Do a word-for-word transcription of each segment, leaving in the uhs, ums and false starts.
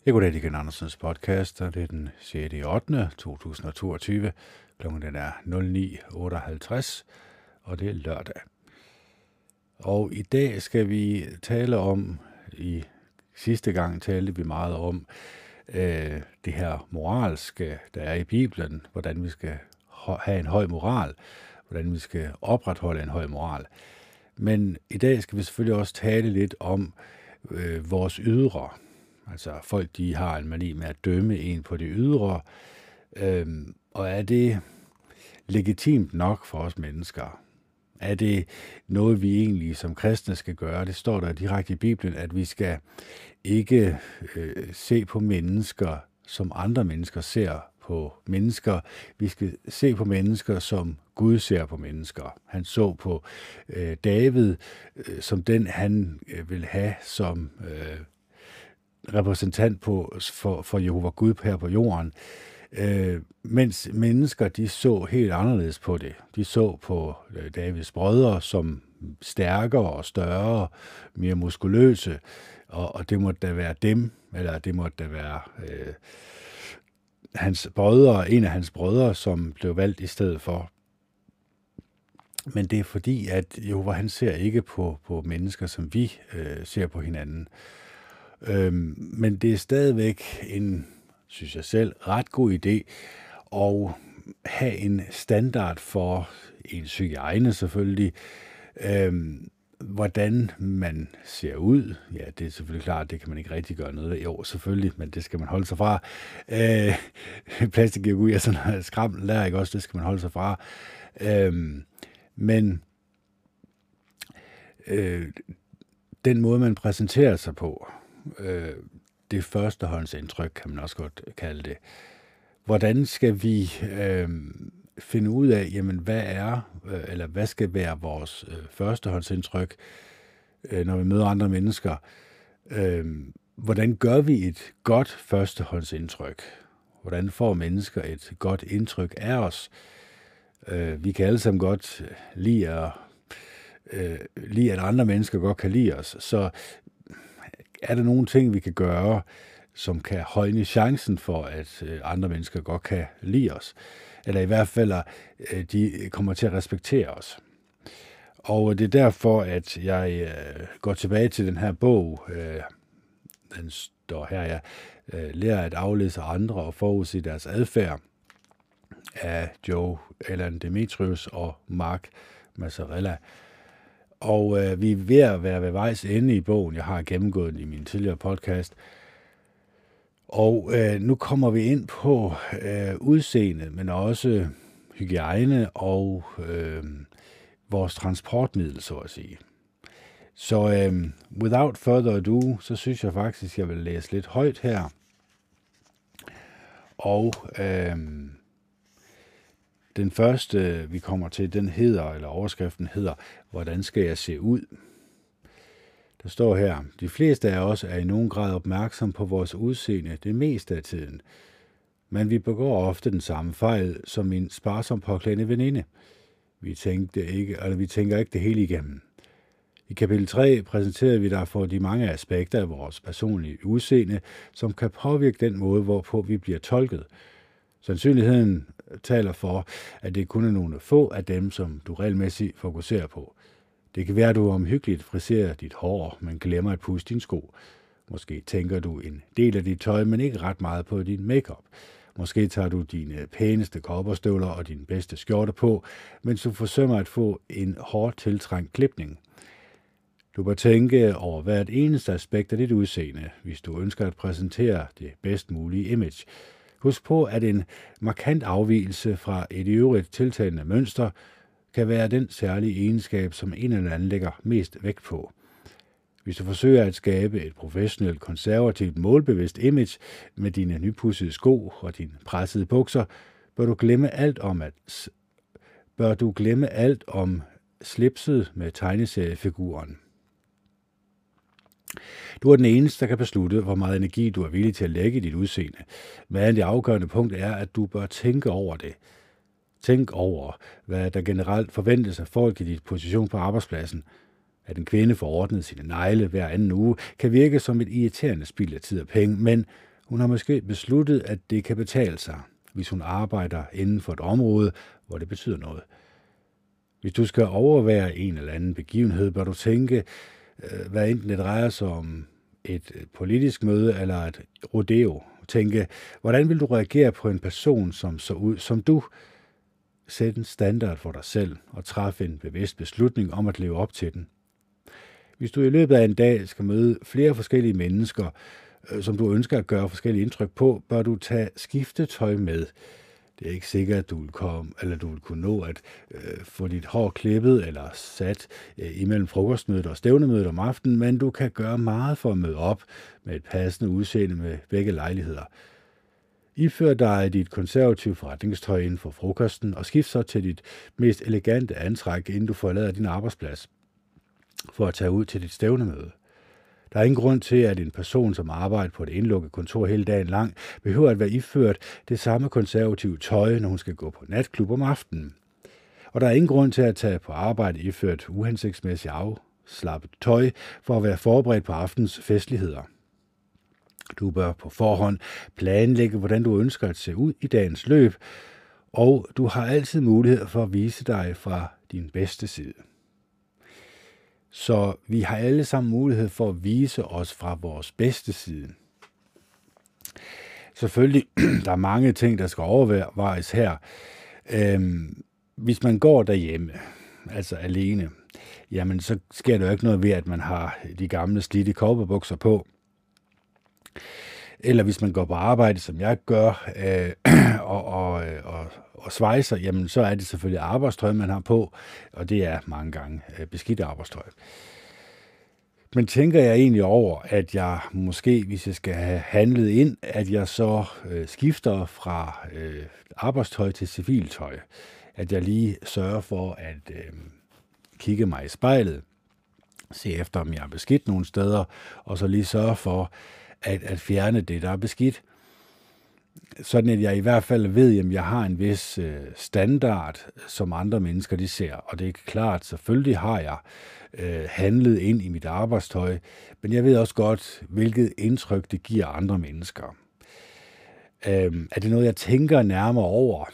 Jeg goddag, det er Andersens podcast, og det er den sjette ottende to tusind og toogtyve. Klokken den er nul ni otteoghalvtreds, og det er lørdag. Og i dag skal vi tale om, i sidste gang talte vi meget om øh, det her moralske, der er i Bibelen, hvordan vi skal have en høj moral, hvordan vi skal opretholde en høj moral. Men i dag skal vi selvfølgelig også tale lidt om øh, vores ydre. Altså folk, de har en mani med at dømme en på det ydre, øhm, og er det legitimt nok for os mennesker? Er det noget, vi egentlig som kristne skal gøre? Det står der direkte i Bibelen, at vi skal ikke øh, se på mennesker, som andre mennesker ser på mennesker. Vi skal se på mennesker, som Gud ser på mennesker. Han så på øh, David, øh, som den han øh, vil have som øh, repræsentant på, for, for Jehova Gud her på jorden, øh, mens mennesker, de så helt anderledes på det. De så på øh, Davids brødre som stærkere og større, mere muskuløse, og, og det måtte da være dem, eller det måtte da være øh, hans brødre, en af hans brødre, som blev valgt i stedet for. Men det er fordi, at Jehova, han ser ikke på, på mennesker, som vi øh, ser på hinanden. Øhm, men det er stadigvæk en, synes jeg selv, ret god idé at have en standard for ens hygiejne selvfølgelig, øhm, hvordan man ser ud. Ja, det er selvfølgelig klart, det kan man ikke rigtig gøre noget af. Jo, selvfølgelig, men det skal man holde sig fra. Øh, Plastikkirurgi er sådan noget skræmmende der, ikke også? Det skal man holde sig fra. Øhm, men øh, den måde, man præsenterer sig på, Øh, det førstehåndsindtryk, kan man også godt kalde det. Hvordan skal vi øh, finde ud af, jamen hvad er, øh, eller hvad skal være vores øh, førstehåndsindtryk, øh, når vi møder andre mennesker? Øh, hvordan gør vi et godt førstehåndsindtryk? Hvordan får mennesker et godt indtryk af os? Øh, vi kan alle sammen godt lide at, øh, lide, at andre mennesker godt kan lide os, så er der nogle ting, vi kan gøre, som kan højne chancen for, at andre mennesker godt kan lide os? Eller i hvert fald, at de kommer til at respektere os. Og det er derfor, at jeg går tilbage til den her bog. Den står her, jeg lærer at aflæse andre og forudse deres adfærd, af Joe Allen Demetrius og Mark Mazzarella. Og øh, vi er ved at være ved vejs ende i bogen. Jeg har gennemgået den i min tidligere podcast. Og øh, nu kommer vi ind på øh, udseende, men også hygiejne og øh, vores transportmiddel, så at sige. Så øh, without further ado, så synes jeg faktisk, jeg vil læse lidt højt her. Og øh, den første, vi kommer til, den hedder, eller overskriften hedder, hvordan skal jeg se ud? Der står her, de fleste af os er i nogen grad opmærksom på vores udseende det meste af tiden. Men vi begår ofte den samme fejl som min sparsom påklædende veninde. Vi, tænkte ikke, eller vi tænker ikke det hele igennem. I kapitel tre præsenterer vi derfor de mange aspekter af vores personlige udseende, som kan påvirke den måde, hvorpå vi bliver tolket. Sandsynligheden taler for, at det kun er nogle få af dem, som du regelmæssigt fokuserer på. Det kan være, at du omhyggeligt friserer dit hår, men glemmer at puste dine sko. Måske tænker du en del af dit tøj, men ikke ret meget på din makeup. Måske tager du dine pæneste cowboystøvler og din bedste skjorte på, mens du forsømmer at få en hårdt tiltrængt klipning. Du bør tænke over hvert eneste aspekt af dit udseende, hvis du ønsker at præsentere det bedst mulige image. Husk på, at en markant afvigelse fra et øvrigt tiltalende mønster kan være den særlige egenskab, som en eller anden lægger mest vægt på. Hvis du forsøger at skabe et professionelt, konservativt, målbevidst image med dine nypudsede sko og dine pressede bukser, bør du glemme alt om at bør du glemme alt om slipset med tegneseriefiguren. Du er den eneste, der kan beslutte, hvor meget energi du er villig til at lægge i dit udseende. Men det afgørende punkt er, at du bør tænke over det. Tænk over, hvad der generelt forventes af folk i dit position på arbejdspladsen. At en kvinde får ordnet sine negle hver anden uge, kan virke som et irriterende spild af tid og penge, men Hun har måske besluttet, at det kan betale sig, hvis hun arbejder inden for et område, hvor det betyder noget. Hvis du skal overvære en eller anden begivenhed, bør du tænke, hvad enten det drejer sig om et politisk møde eller et rodeo. Tænke, hvordan vil du reagere på en person, som så ud som du? Sæt en standard for dig selv og træffe en bevidst beslutning om at leve op til den. Hvis du i løbet af en dag skal møde flere forskellige mennesker, som du ønsker at gøre forskellige indtryk på, bør du tage skiftetøj med. Det er ikke sikkert, at du vil, komme, eller du vil kunne nå at øh, få dit hår klippet eller sat øh, imellem frokostmødet og stævnemødet om aftenen, men du kan gøre meget for at møde op med et passende udseende med begge lejligheder. Ifør dig dit konservative forretningstøj inden for frokosten og skift så til dit mest elegante antræk, inden du forlader din arbejdsplads, for at tage ud til dit stævnemøde. Der er ingen grund til, at en person, som arbejder på et indlukket kontor hele dagen lang, behøver at være iført det samme konservative tøj, når hun skal gå på natklub om aftenen. Og der er ingen grund til at tage på arbejde iført uhensigtsmæssigt afslappet tøj for at være forberedt på aftens festligheder. Du bør på forhånd planlægge, hvordan du ønsker at se ud i dagens løb, og du har altid mulighed for at vise dig fra din bedste side. Så vi har alle sammen mulighed for at vise os fra vores bedste side. Selvfølgelig, der er mange ting, der skal overvejes her. Øhm, hvis man går derhjemme, altså alene, jamen så sker der jo ikke noget ved, at man har de gamle slidte cowboybukser på. Eller hvis man går på arbejde, som jeg gør, øh, og, og, og, og svejser, jamen så er det selvfølgelig arbejdstøj, man har på, og det er mange gange øh, beskidt arbejdstøj. Men tænker jeg egentlig over, at jeg måske, hvis jeg skal have handlet ind, at jeg så øh, skifter fra øh, arbejdstøj til civiltøj. At jeg lige sørger for at øh, kigge mig i spejlet, se efter, om jeg er beskidt nogle steder, og så lige sørge for at, at fjerne det, der er beskidt. Sådan at jeg i hvert fald ved, at jeg har en vis øh, standard, som andre mennesker de ser. Og det er klart, selvfølgelig har jeg øh, handlet ind i mit arbejdstøj, men jeg ved også godt, hvilket indtryk det giver andre mennesker. Øh, er det noget, jeg tænker nærmere over?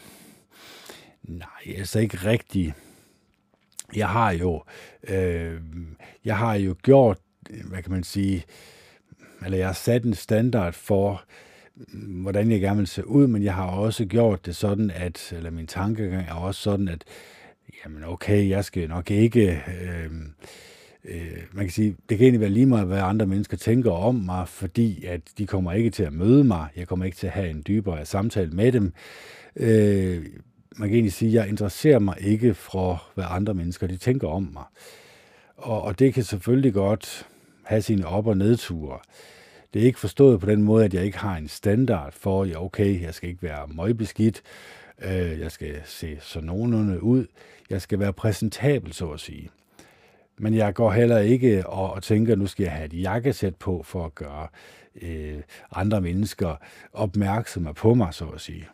Nej, altså ikke rigtigt. Jeg har jo, øh, jeg har jo gjort, hvad kan man sige, eller jeg har sat en standard for, hvordan jeg gerne vil se ud, men jeg har også gjort det sådan, at, eller min tankegang er også sådan, at, jamen okay, jeg skal nok ikke, øh, øh, man kan sige, det kan egentlig være lige meget, hvad andre mennesker tænker om mig, fordi at de kommer ikke til at møde mig, jeg kommer ikke til at have en dybere samtale med dem. Øh, man kan egentlig sige, at jeg interesserer mig ikke for, hvad andre mennesker de tænker om mig. Og, og det kan selvfølgelig godt have sine op- og nedture. Det er ikke forstået på den måde, at jeg ikke har en standard for, ja okay, jeg skal ikke være møgbeskidt, øh, jeg skal se så nogenlunde ud, jeg skal være præsentabel, så at sige. Men jeg går heller ikke og, og tænker, at nu skal jeg have et jakkesæt på, for at gøre øh, andre mennesker opmærksomme på mig, så at sige.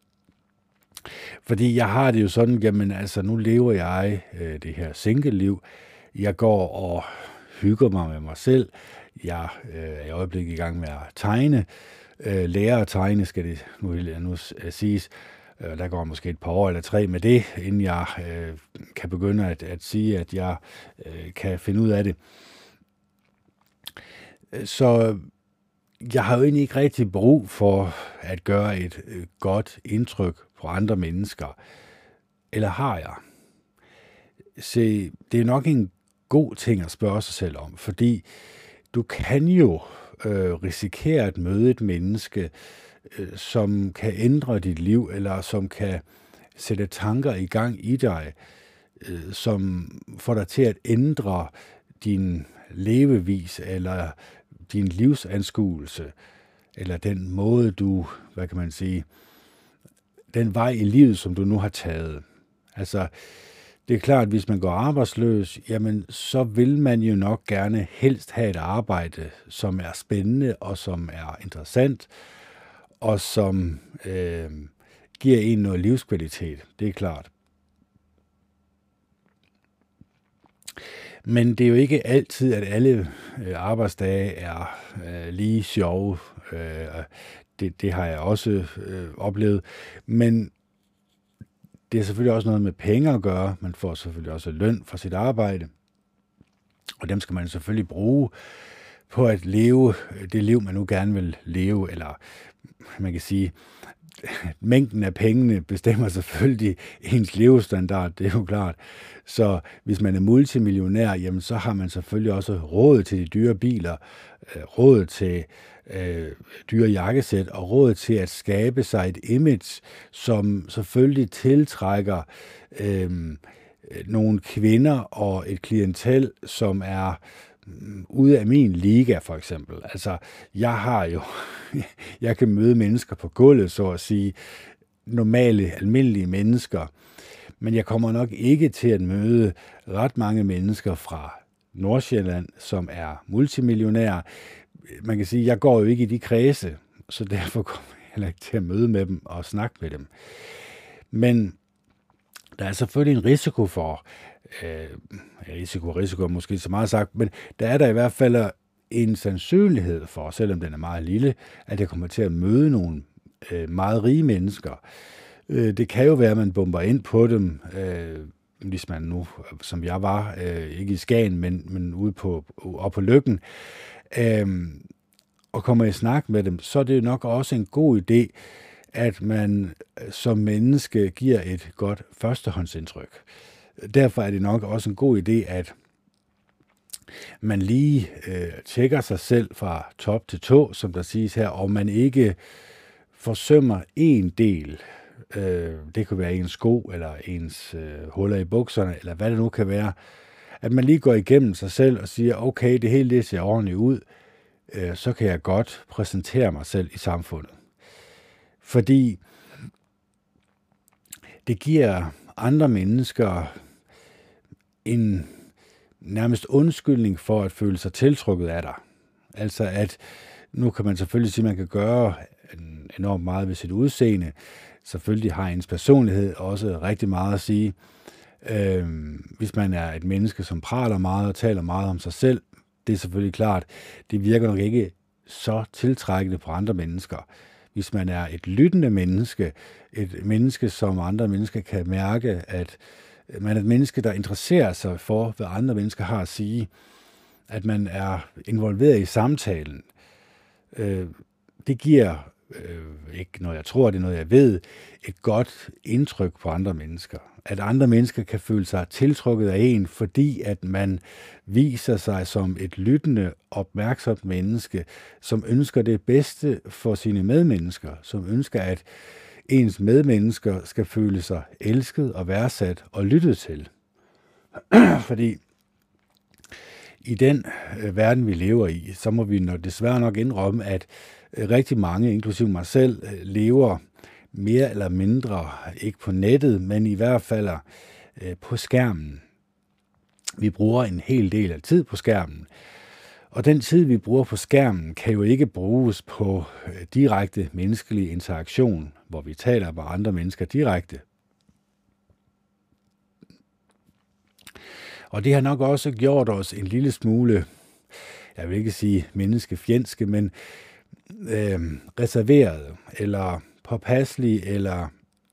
Fordi jeg har det jo sådan, jamen altså, nu lever jeg øh, det her single-liv. Jeg går og hygger mig med mig selv. Jeg øh, er i øjeblikket i gang med at tegne. Øh, lære at tegne, skal det nu, nu siges. Øh, der går måske et par år eller tre med det, inden jeg øh, kan begynde at, at sige, at jeg øh, kan finde ud af det. Så jeg har jo egentlig ikke rigtig brug for at gøre et øh, godt indtryk på andre mennesker. Eller har jeg? Se, det er nok en god ting at spørge sig selv om, fordi du kan jo øh, risikere at møde et menneske, øh, som kan ændre dit liv, eller som kan sætte tanker i gang i dig, øh, som får dig til at ændre din levevis, eller din livsanskuelse, eller den måde du, hvad kan man sige, den vej i livet, som du nu har taget. Altså, det er klart, at hvis man går arbejdsløs, jamen så vil man jo nok gerne helst have et arbejde, som er spændende og som er interessant, og som øh, giver en noget livskvalitet. Det er klart. Men det er jo ikke altid, at alle øh, arbejdsdage er øh, lige sjove. Øh, det, det har jeg også øh, oplevet. Men det er selvfølgelig også noget med penge at gøre. Man får selvfølgelig også løn for sit arbejde. Og dem skal man selvfølgelig bruge på at leve det liv, man nu gerne vil leve. Eller man kan sige, mængden af pengene bestemmer selvfølgelig ens levestandard, det er jo klart. Så hvis man er multimillionær, jamen så har man selvfølgelig også råd til de dyre biler, råd til øh, dyre jakkesæt og råd til at skabe sig et image, som selvfølgelig tiltrækker øh, nogle kvinder og et klientel, som er ude af min liga, for eksempel. Altså, jeg har jo, jeg kan møde mennesker på gulvet, så at sige, normale, almindelige mennesker, men jeg kommer nok ikke til at møde ret mange mennesker fra Nordsjælland, som er multimillionærer. Man kan sige, jeg går jo ikke i de kredse, så derfor kommer jeg heller ikke til at møde med dem og snakke med dem. Men der er selvfølgelig en risiko for, øh, risiko, risiko er måske så meget sagt, men der er der i hvert fald en sandsynlighed for, selvom den er meget lille, at jeg kommer til at møde nogle øh, meget rige mennesker. Øh, det kan jo være, at man bomber ind på dem, øh, hvis man nu, som jeg var, øh, ikke i Skagen, men, men ude på, op på Løkken, øh, og kommer i snak med dem, så er det jo nok også en god idé, at man som menneske giver et godt førstehåndsindtryk. Derfor er det nok også en god idé, at man lige øh, tjekker sig selv fra top til tå, som der siges her, og man ikke forsømmer en del. Øh, det kan være ens sko, eller ens øh, huller i bukserne, eller hvad det nu kan være. At man lige går igennem sig selv og siger, okay, det hele det ser ordentligt ud, øh, så kan jeg godt præsentere mig selv i samfundet. Fordi det giver andre mennesker en nærmest undskyldning for at føle sig tiltrukket af dig. Altså at, nu kan man selvfølgelig sige, at man kan gøre enormt meget ved sit udseende. Selvfølgelig har ens personlighed også rigtig meget at sige. Øhm, hvis man er et menneske, som praler meget og taler meget om sig selv, det er selvfølgelig klart, det virker nok ikke så tiltrækkende på andre mennesker. Hvis man er et lyttende menneske, et menneske, som andre mennesker kan mærke, at man er et menneske, der interesserer sig for, hvad andre mennesker har at sige, at man er involveret i samtalen, øh, det giver, øh, ikke noget jeg tror, det er noget jeg ved, et godt indtryk på andre mennesker. At andre mennesker kan føle sig tiltrukket af en, fordi at man viser sig som et lyttende, opmærksomt menneske, som ønsker det bedste for sine medmennesker, som ønsker, at ens medmennesker skal føle sig elsket og værdsat og lyttet til. Fordi i den øh, verden, vi lever i, så må vi desværre nok indrømme, at øh, rigtig mange, inklusive mig selv, øh, lever mere eller mindre, ikke på nettet, men i hvert fald øh, på skærmen. Vi bruger en hel del af tid på skærmen. Og den tid, vi bruger på skærmen, kan jo ikke bruges på øh, direkte menneskelig interaktion, hvor vi taler med andre mennesker direkte. Og det har nok også gjort os en lille smule, jeg vil ikke sige menneskefjendske, men øh, reserverede, eller påpasselige, eller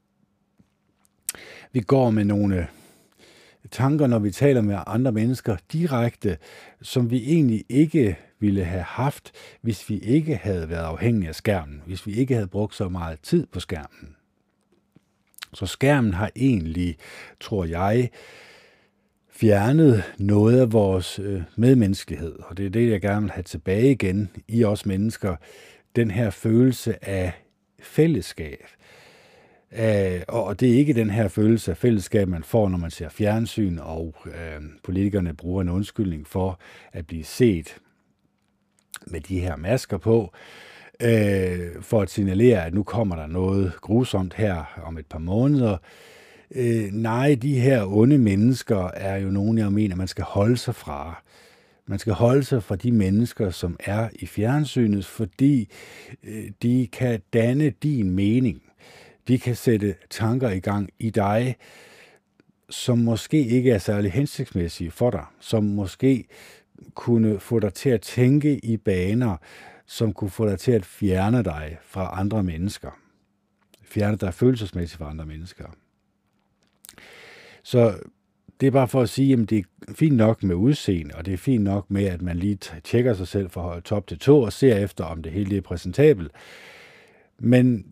vi går med nogle tanker, når vi taler med andre mennesker direkte, som vi egentlig ikke ville have haft, hvis vi ikke havde været afhængige af skærmen, hvis vi ikke havde brugt så meget tid på skærmen. Så skærmen har egentlig, tror jeg, fjernet noget af vores øh, medmenneskelighed, og det er det, jeg gerne vil have tilbage igen i os mennesker, den her følelse af fællesskab. Uh, og det er ikke den her følelse af fællesskab, man får, når man ser fjernsyn, og uh, politikerne bruger en undskyldning for at blive set med de her masker på, uh, for at signalere, at nu kommer der noget grusomt her om et par måneder. Uh, nej, de her onde mennesker er jo nogen, jeg mener, man skal holde sig fra. Man skal holde sig fra de mennesker, som er i fjernsynet, fordi uh, de kan danne din mening. De kan sætte tanker i gang i dig, som måske ikke er særlig hensigtsmæssige for dig, som måske kunne få dig til at tænke i baner, som kunne få dig til at fjerne dig fra andre mennesker. Fjerne dig følelsesmæssigt fra andre mennesker. Så det er bare for at sige, at det er fint nok med udseende, og det er fint nok med, at man lige tjekker sig selv fra top til tå og ser efter, om det hele er præsentabelt. Men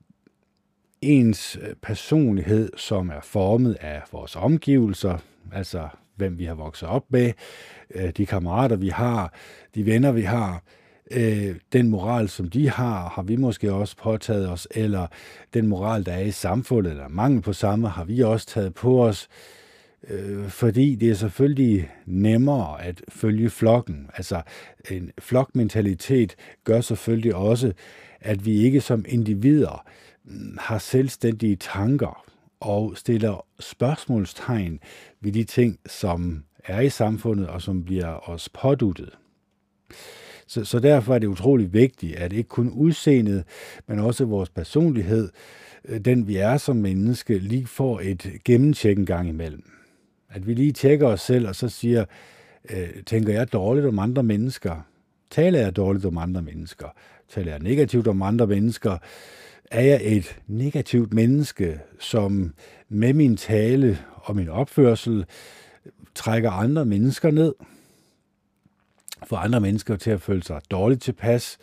ens personlighed, som er formet af vores omgivelser, altså hvem vi har vokset op med, de kammerater, vi har, de venner, vi har, den moral, som de har, har vi måske også påtaget os, eller den moral, der er i samfundet, eller mangel på samme, har vi også taget på os, fordi det er selvfølgelig nemmere at følge flokken. Altså en flokmentalitet gør selvfølgelig også, at vi ikke som individer har selvstændige tanker og stiller spørgsmålstegn ved de ting, som er i samfundet og som bliver os påduttet. Så, så derfor er det utrolig vigtigt, at ikke kun udseendet, men også vores personlighed, den vi er som menneske, lige får et gennemtjek en gang imellem. At vi lige tjekker os selv og så siger, øh, tænker jeg dårligt om andre mennesker? Taler jeg dårligt om andre mennesker? Taler jeg negativt om andre mennesker? Er jeg et negativt menneske, som med min tale og min opførsel trækker andre mennesker ned? Får andre mennesker til at føle sig dårligt tilpas?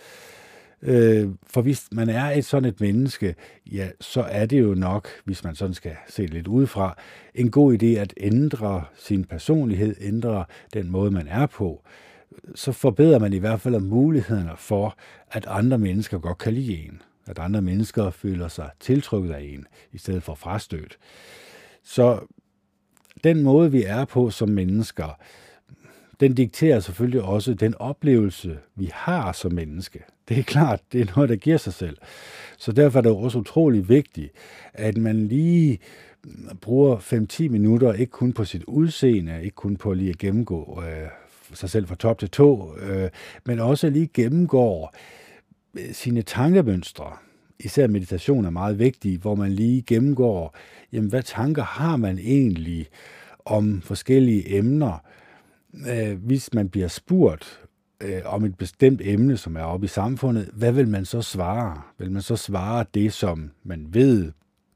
For hvis man er et sådan et menneske, ja, så er det jo nok, hvis man sådan skal se lidt udefra, en god idé at ændre sin personlighed, ændre den måde, man er på. Så forbedrer man i hvert fald mulighederne for, at andre mennesker godt kan lide en. At andre mennesker føler sig tiltrykket af en, i stedet for frastødt. Så den måde, vi er på som mennesker, den dikterer selvfølgelig også den oplevelse, vi har som menneske. Det er klart, det er noget, der giver sig selv. Så derfor er det også utrolig vigtigt, at man lige bruger fem til ti minutter, ikke kun på sit udseende, ikke kun på lige at gennemgå øh, sig selv fra top til tå, øh, men også lige gennemgår sine tankemønstre. Især meditation er meget vigtig, hvor man lige gennemgår, jamen, hvad tanker har man egentlig om forskellige emner. Hvis man bliver spurgt øh, om et bestemt emne, som er oppe i samfundet, hvad vil man så svare? Vil man så svare det, som man ved,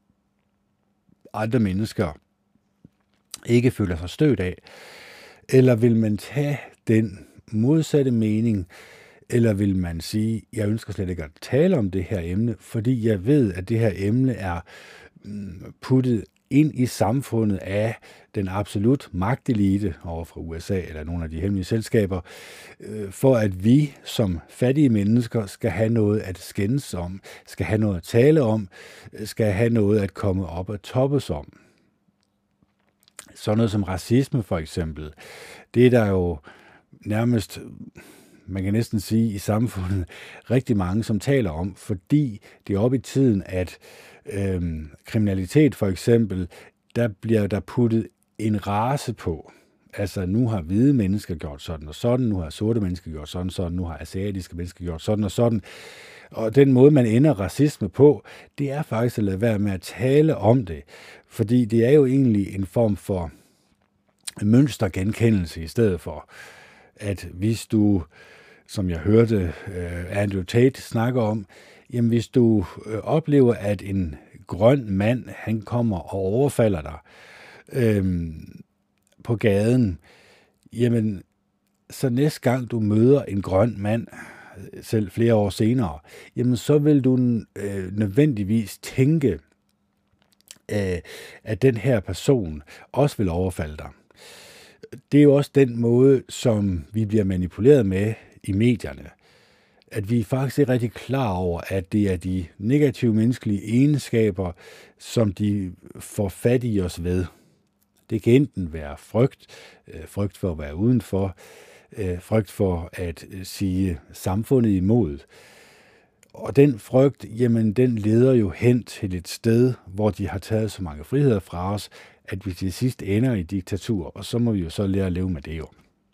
andre mennesker ikke føler sig stødt af? Eller vil man tage den modsatte mening, eller vil man sige, jeg ønsker slet ikke at tale om det her emne, fordi jeg ved, at det her emne er puttet ind i samfundet af den absolut magtelite over fra U S A eller nogle af de hemmelige selskaber, for at vi som fattige mennesker skal have noget at skændes om, skal have noget at tale om, skal have noget at komme op og toppes om. Sådan noget som racisme for eksempel, det er der jo nærmest, man kan næsten sige i samfundet, rigtig mange, som taler om, fordi det er oppe i tiden, at øhm, kriminalitet for eksempel, der bliver der puttet en race på. Altså, nu har hvide mennesker gjort sådan og sådan, nu har sorte mennesker gjort sådan og sådan, nu har asiatiske mennesker gjort sådan og sådan. Og den måde, man ender racisme på, det er faktisk at lade være med at tale om det. Fordi det er jo egentlig en form for mønstergenkendelse i stedet for, at hvis du, som jeg hørte uh, Andrew Tate snakke om, jamen hvis du uh, oplever, at en grøn mand, han kommer og overfalder dig øhm, på gaden, jamen så næste gang du møder en grøn mand, selv flere år senere, jamen så vil du øh, nødvendigvis tænke, øh, at den her person også vil overfalde dig. Det er jo også den måde, som vi bliver manipuleret med i medierne. At vi faktisk er rigtig klar over, at det er de negative menneskelige egenskaber, som de får fat i os ved. Det kan enten være frygt, øh, frygt for at være udenfor, øh, frygt for at øh, sige samfundet imod. Og den frygt, jamen den leder jo hen til et sted, hvor de har taget så mange friheder fra os, at vi til sidst ender i diktatur, og så må vi jo så lære at leve med det jo.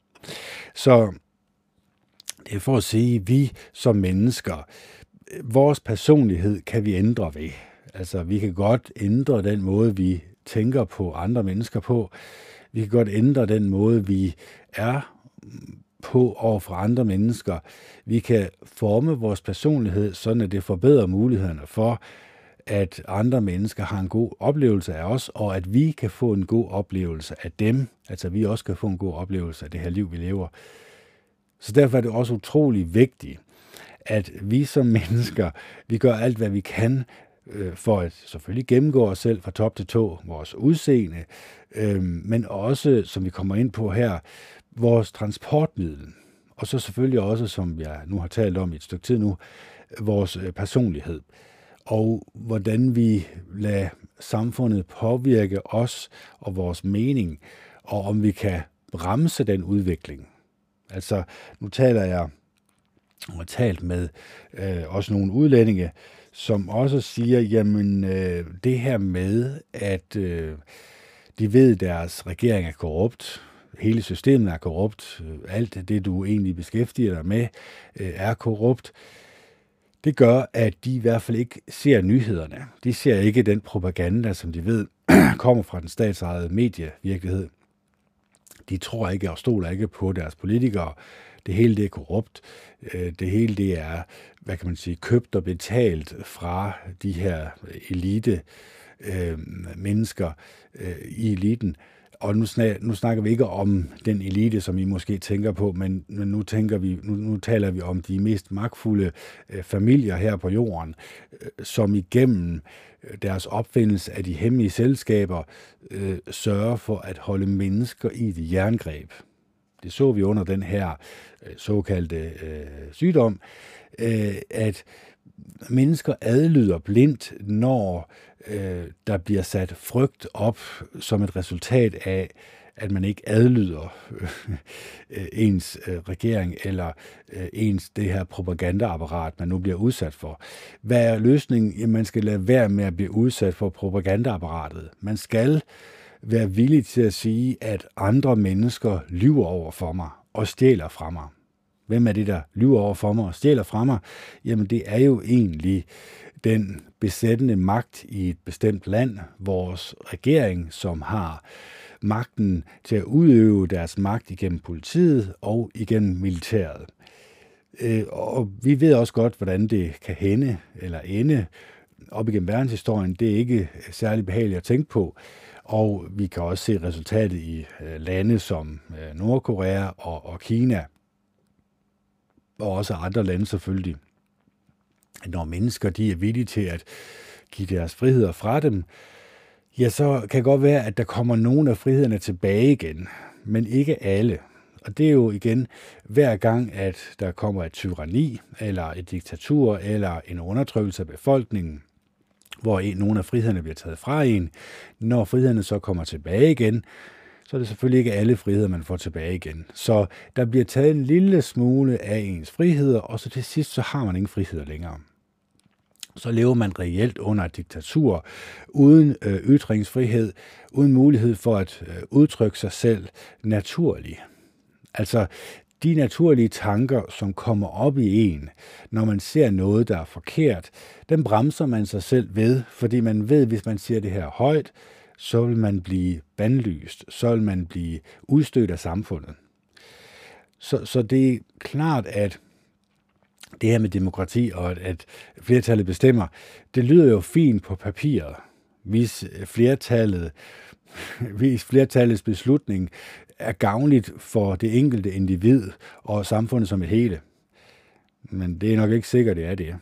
Så det er for at sige, at vi som mennesker, vores personlighed kan vi ændre ved. Altså, vi kan godt ændre den måde, vi tænker på andre mennesker på. Vi kan godt ændre den måde, vi er på over for andre mennesker. Vi kan forme vores personlighed, sådan at det forbedrer mulighederne for, at andre mennesker har en god oplevelse af os, og at vi kan få en god oplevelse af dem. Altså vi også kan få en god oplevelse af det her liv, vi lever. Så derfor er det også utrolig vigtigt, at vi som mennesker, vi gør alt, hvad vi kan, øh, for at selvfølgelig gennemgå os selv fra top til tå, vores udseende, øh, men også, som vi kommer ind på her, vores transportmiddel. Og så selvfølgelig også, som jeg nu har talt om i et stykke tid nu, vores personlighed. Og hvordan vi lader samfundet påvirke os og vores mening, og om vi kan bremse den udvikling. Altså, nu taler jeg og har talt med øh, også nogle udlændinge, som også siger, jamen øh, det her med, at øh, de ved, at deres regering er korrupt, hele systemet er korrupt, alt det, du egentlig beskæftiger dig med, øh, er korrupt, det gør, at de i hvert fald ikke ser nyhederne. De ser ikke den propaganda, som de ved, kommer fra den statsejede medievirkelighed. De tror ikke og stoler ikke på deres politikere. Det hele det er korrupt. Det hele det er, hvad kan man sige, købt og betalt fra de her elite øh, mennesker øh, i eliten. Og nu, snak, nu snakker vi ikke om den elite, som I måske tænker på, men nu, tænker vi, nu, nu taler vi om de mest magtfulde øh, familier her på jorden, øh, som igennem deres opfindelse af de hemmelige selskaber øh, sørger for at holde mennesker i et jerngreb. Det så vi under den her øh, såkaldte øh, sygdom, øh, at mennesker adlyder blindt, når øh, der bliver sat frygt op som et resultat af, at man ikke adlyder øh, ens øh, regering eller øh, ens det her propagandaapparat, man nu bliver udsat for. Hvad er løsningen? Jamen, man skal lade være med at blive udsat for propagandaapparatet. Man skal være villig til at sige, at andre mennesker lyver over for mig og stjæler fra mig. Hvem er det, der lyver over for mig og stjæler fra mig? Jamen, det er jo egentlig den besættende magt i et bestemt land, vores regering, som har magten til at udøve deres magt igennem politiet og igennem militæret. Og vi ved også godt, hvordan det kan hænde eller ende op igennem verdenshistorien. Det er ikke særlig behageligt at tænke på. Og vi kan også se resultatet i lande som Nordkorea og, og Kina, og også andre lande selvfølgelig. Når mennesker de er villige til at give deres friheder fra dem, ja, så kan det godt være, at der kommer nogle af frihederne tilbage igen, men ikke alle. Og det er jo igen, hver gang, at der kommer et tyranni, eller et diktatur, eller en undertrykkelse af befolkningen, hvor en, nogle af frihederne bliver taget fra en, når frihederne så kommer tilbage igen, så er det selvfølgelig ikke alle friheder, man får tilbage igen. Så der bliver taget en lille smule af ens friheder, og så til sidst, så har man ingen friheder længere. Så lever man reelt under et diktatur, uden øh, ytringsfrihed, uden mulighed for at øh, udtrykke sig selv naturligt. Altså, de naturlige tanker, som kommer op i en, når man ser noget, der er forkert, den bremser man sig selv ved, fordi man ved, hvis man siger det her højt, så vil man blive bandlyst, så vil man blive udstødt af samfundet. Så, så det er klart, at det her med demokrati og at, at flertallet bestemmer, det lyder jo fint på papiret, hvis flertallet, hvis flertallets beslutning er gavnligt for det enkelte individ og samfundet som et hele. Men det er nok ikke sikkert, det er det.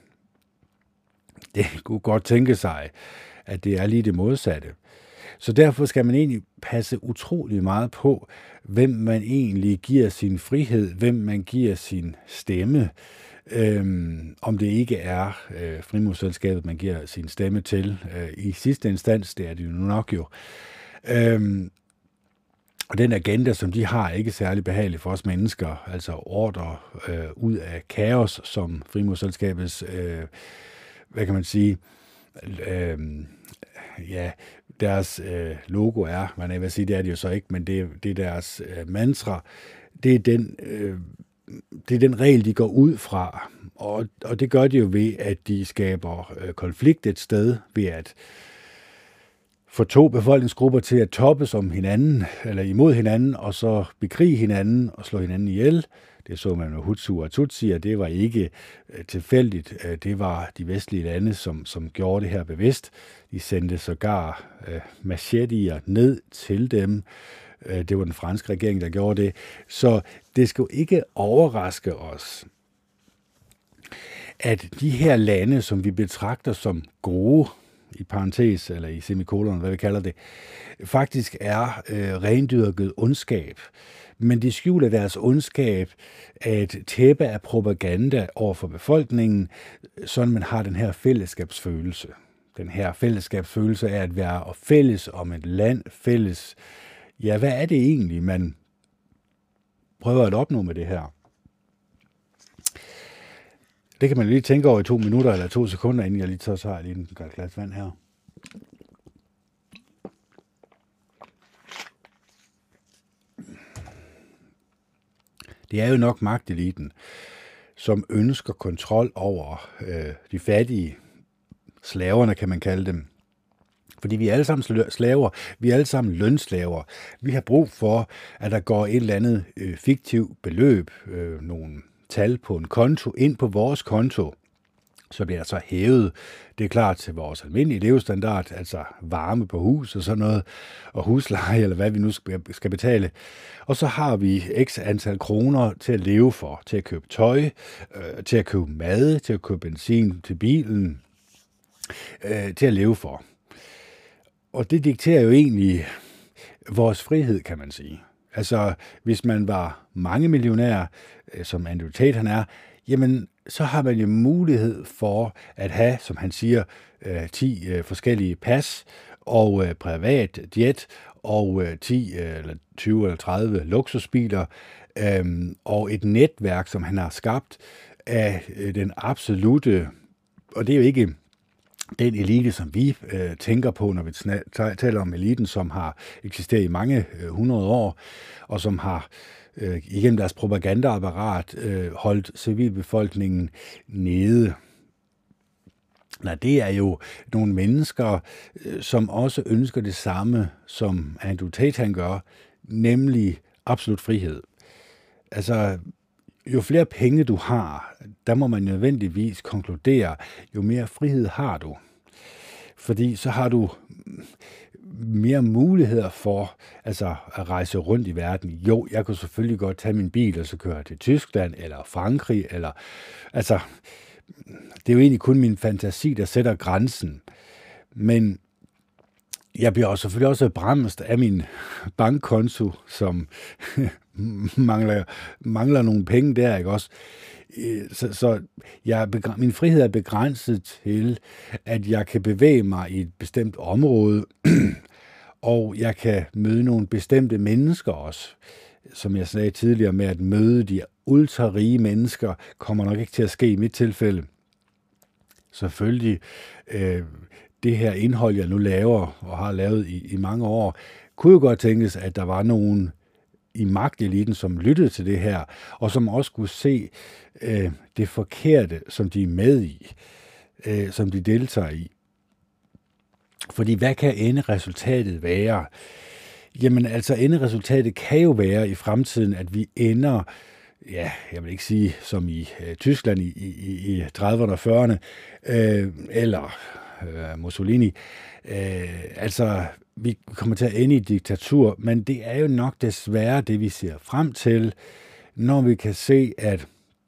Det kunne godt tænke sig, at det er lige det modsatte. Så derfor skal man egentlig passe utrolig meget på, hvem man egentlig giver sin frihed, hvem man giver sin stemme, øhm, om det ikke er øh, frimurselskabet, man giver sin stemme til. Øh, I sidste instans, det er det jo nok jo. Øhm, og den agenda, som de har, er ikke særlig behagelig for os mennesker, altså ordre øh, ud af kaos, som frimurselskabets, øh, hvad kan man sige, øh, ja, deres øh, logo er, man jeg vil sige, det er det jo så ikke, men det, det er deres øh, mantra, det er den, øh, det er den regel, de går ud fra, og, og det gør de jo ved, at de skaber øh, konflikt et sted, ved at få to befolkningsgrupper til at toppes om hinanden, eller imod hinanden, og så bekrige hinanden og slå hinanden ihjel. Det så man med Hutu og Tutsi, og det var ikke øh, tilfældigt. Det var de vestlige lande, som, som gjorde det her bevidst. De sendte sågar øh, macheteer ned til dem. Øh, det var den franske regering, der gjorde det. Så det skal jo ikke overraske os, at de her lande, som vi betragter som gode, i parentes eller i semikolon, hvad vi kalder det, faktisk er øh, rendyrket ondskab. Men de skjuler deres ondskab af et tæppe af propaganda over for befolkningen, sådan man har den her fællesskabsfølelse. Den her fællesskabsfølelse af at være fælles om et land, fælles. Ja, hvad er det egentlig, man prøver at opnå med det her? Det kan man lige tænke over i to minutter eller to sekunder, inden jeg lige så tager lige en glas vand her. Det er jo nok magteliten, som ønsker kontrol over øh, de fattige, slaverne kan man kalde dem. Fordi vi er alle sammen slaver, vi er alle sammen lønslaver. Vi har brug for, at der går et eller andet øh, fiktivt beløb, øh, nogle tal på en konto, ind på vores konto, så bliver der så hævet, det er klart til vores almindelige levestandard, altså varme på hus og sådan noget, og husleje, eller hvad vi nu skal betale. Og så har vi x antal kroner til at leve for, til at købe tøj, øh, til at købe mad, til at købe benzin til bilen, øh, til at leve for. Og det dikterer jo egentlig vores frihed, kan man sige. Altså, hvis man var mange millionær, som Andrew Tate han er, jamen, så har man jo mulighed for at have, som han siger, ti forskellige pas og privat jet og ti eller tyve eller tredive luksusbiler og et netværk, som han har skabt af den absolute, og det er jo ikke den elite, som vi øh, tænker på, når vi taler om eliten, som har eksisteret i mange øh, hundrede år, og som har øh, igennem deres propagandaapparat øh, holdt civilbefolkningen nede. Nej, det er jo nogle mennesker, øh, som også ønsker det samme, som Andrew Tate han gør, nemlig absolut frihed. Altså, jo flere penge du har, der må man nødvendigvis konkludere, jo mere frihed har du. Fordi så har du mere muligheder for altså, at rejse rundt i verden. Jo, jeg kunne selvfølgelig godt tage min bil og så køre til Tyskland eller Frankrig. Eller, altså, det er jo egentlig kun min fantasi, der sætter grænsen. Men jeg bliver også, selvfølgelig også bremst af min bankkonto, som mangler, mangler nogle penge der, ikke også? Så, så jeg er min frihed er begrænset til, at jeg kan bevæge mig i et bestemt område, og jeg kan møde nogle bestemte mennesker også. Som jeg sagde tidligere med at møde de ultra-rige mennesker, kommer nok ikke til at ske i mit tilfælde. Selvfølgelig, øh, det her indhold, jeg nu laver og har lavet i, i mange år, kunne jo godt tænkes, at der var nogen i magteliten, som lyttede til det her, og som også kunne se øh, det forkerte, som de er med i, øh, som de deltager i. Fordi hvad kan enderesultatet være? Jamen altså, enderesultatet kan jo være i fremtiden, at vi ender, ja, jeg vil ikke sige som i øh, Tyskland i, i, i trediverne og fyrrerne, øh, eller øh, Mussolini. Øh, altså, vi kommer til at ende i diktatur, men det er jo nok desværre det, vi ser frem til, når vi kan se, at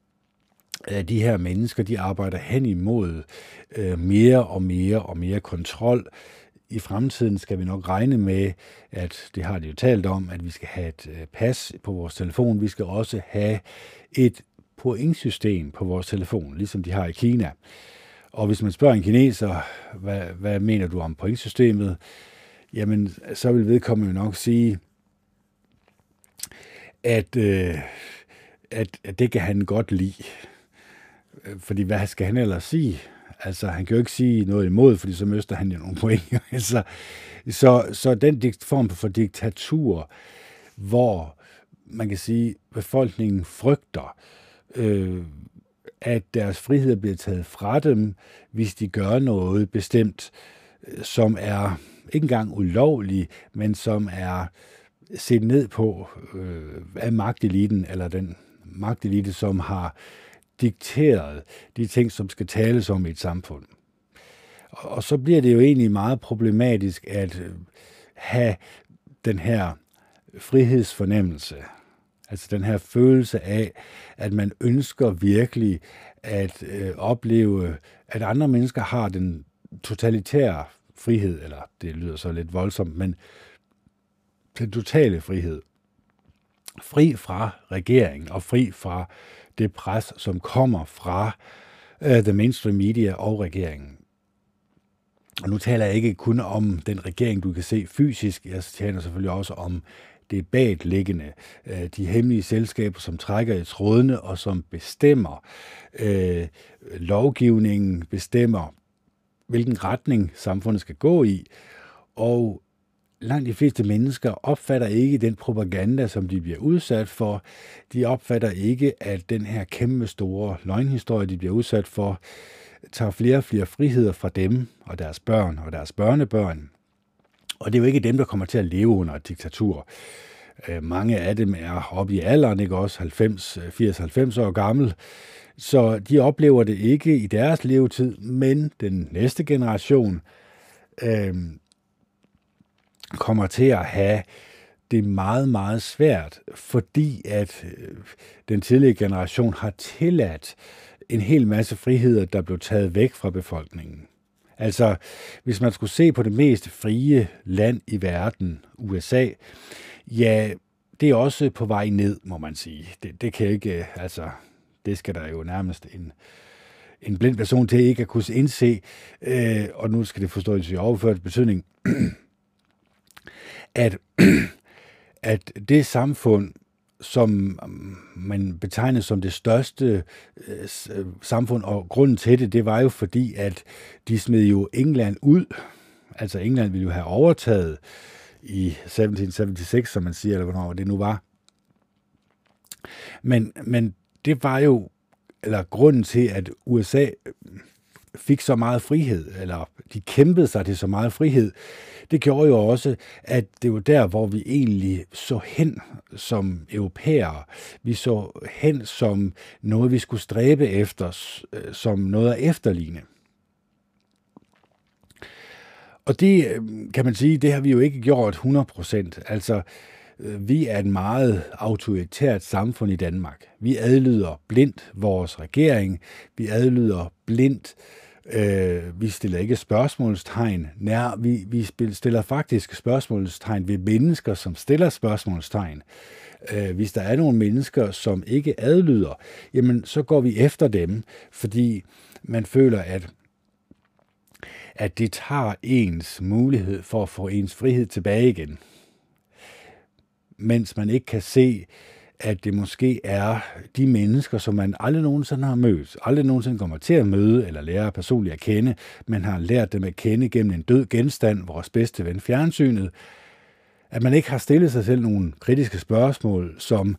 de her mennesker, de arbejder hen imod øh, mere og mere og mere kontrol. I fremtiden skal vi nok regne med, at det har de jo talt om, at vi skal have et øh, pas på vores telefon. Vi skal også have et pointsystem på vores telefon, ligesom de har i Kina. Og hvis man spørger en kineser, hvad, hvad mener du om pointsystemet? Jamen, så vil vedkommende nok sige, at, øh, at, at det kan han godt lide. Fordi hvad skal han ellers sige? Altså, han kan jo ikke sige noget imod, fordi så mister han jo nogle point. altså, så, så den form for diktatur, hvor man kan sige, befolkningen frygter, øh, at deres frihed bliver taget fra dem, hvis de gør noget bestemt, som er ikke engang ulovlige, men som er set ned på øh, af magteliten, eller den magtelite, som har dikteret de ting, som skal tales om i et samfund. Og, og så bliver det jo egentlig meget problematisk at øh, have den her frihedsfornemmelse, altså den her følelse af, at man ønsker virkelig at øh, opleve, at andre mennesker har den totalitære frihed, eller det lyder så lidt voldsomt, men den totale frihed. Fri fra regeringen og fri fra det pres, som kommer fra uh, the mainstream media og regeringen. Og nu taler jeg ikke kun om den regering, du kan se fysisk, jeg taler selvfølgelig også om det bagtliggende, uh, de hemmelige selskaber, som trækker i trådene og som bestemmer uh, lovgivningen, bestemmer hvilken retning samfundet skal gå i, og langt de fleste mennesker opfatter ikke den propaganda, som de bliver udsat for. De opfatter ikke, at den her kæmpe store løgnhistorie, de bliver udsat for, tager flere og flere friheder fra dem og deres børn og deres børnebørn. Og det er jo ikke dem, der kommer til at leve under et diktatur. Mange af dem er oppe i alderen, ikke også halvfems, firs til halvfems år gammel. Så de oplever det ikke i deres levetid, men den næste generation øh, kommer til at have det meget, meget svært, fordi at øh, den tidligere generation har tilladt en hel masse friheder, der blev taget væk fra befolkningen. Altså, hvis man skulle se på det mest frie land i verden, U S A, ja, det er også på vej ned, må man sige. Det, det kan ikke, altså, det skal der jo nærmest en, en blind person til ikke at kunne indse, øh, og nu skal det forstås i overført betydning, at, at det samfund, som man betegner som det største øh, samfund, og grunden til det, det var jo fordi, at de smed jo England ud. Altså England ville jo have overtaget i sytten halvfems, som man siger, eller hvornår det nu var. Men, men det var jo, eller grunden til, at U S A fik så meget frihed, eller de kæmpede sig til så meget frihed, det gjorde jo også, at det var der, hvor vi egentlig så hen som europæere. Vi så hen som noget, vi skulle stræbe efter, som noget at efterligne. Og det kan man sige, det har vi jo ikke gjort hundrede procent. Altså, vi er et meget autoritært samfund i Danmark. Vi adlyder blindt vores regering. Vi adlyder blindt. Øh, vi stiller ikke spørgsmålstegn. Nær, vi, vi stiller faktisk spørgsmålstegn ved mennesker, som stiller spørgsmålstegn. Øh, hvis der er nogle mennesker, som ikke adlyder, jamen så går vi efter dem, fordi man føler, at at det tager ens mulighed for at få ens frihed tilbage igen. Mens man ikke kan se, at det måske er de mennesker, som man aldrig nogensinde har mødt, aldrig nogensinde kommer til at møde eller lære personligt at kende, men har lært dem at kende gennem en død genstand, vores bedste ven fjernsynet, at man ikke har stillet sig selv nogle kritiske spørgsmål, som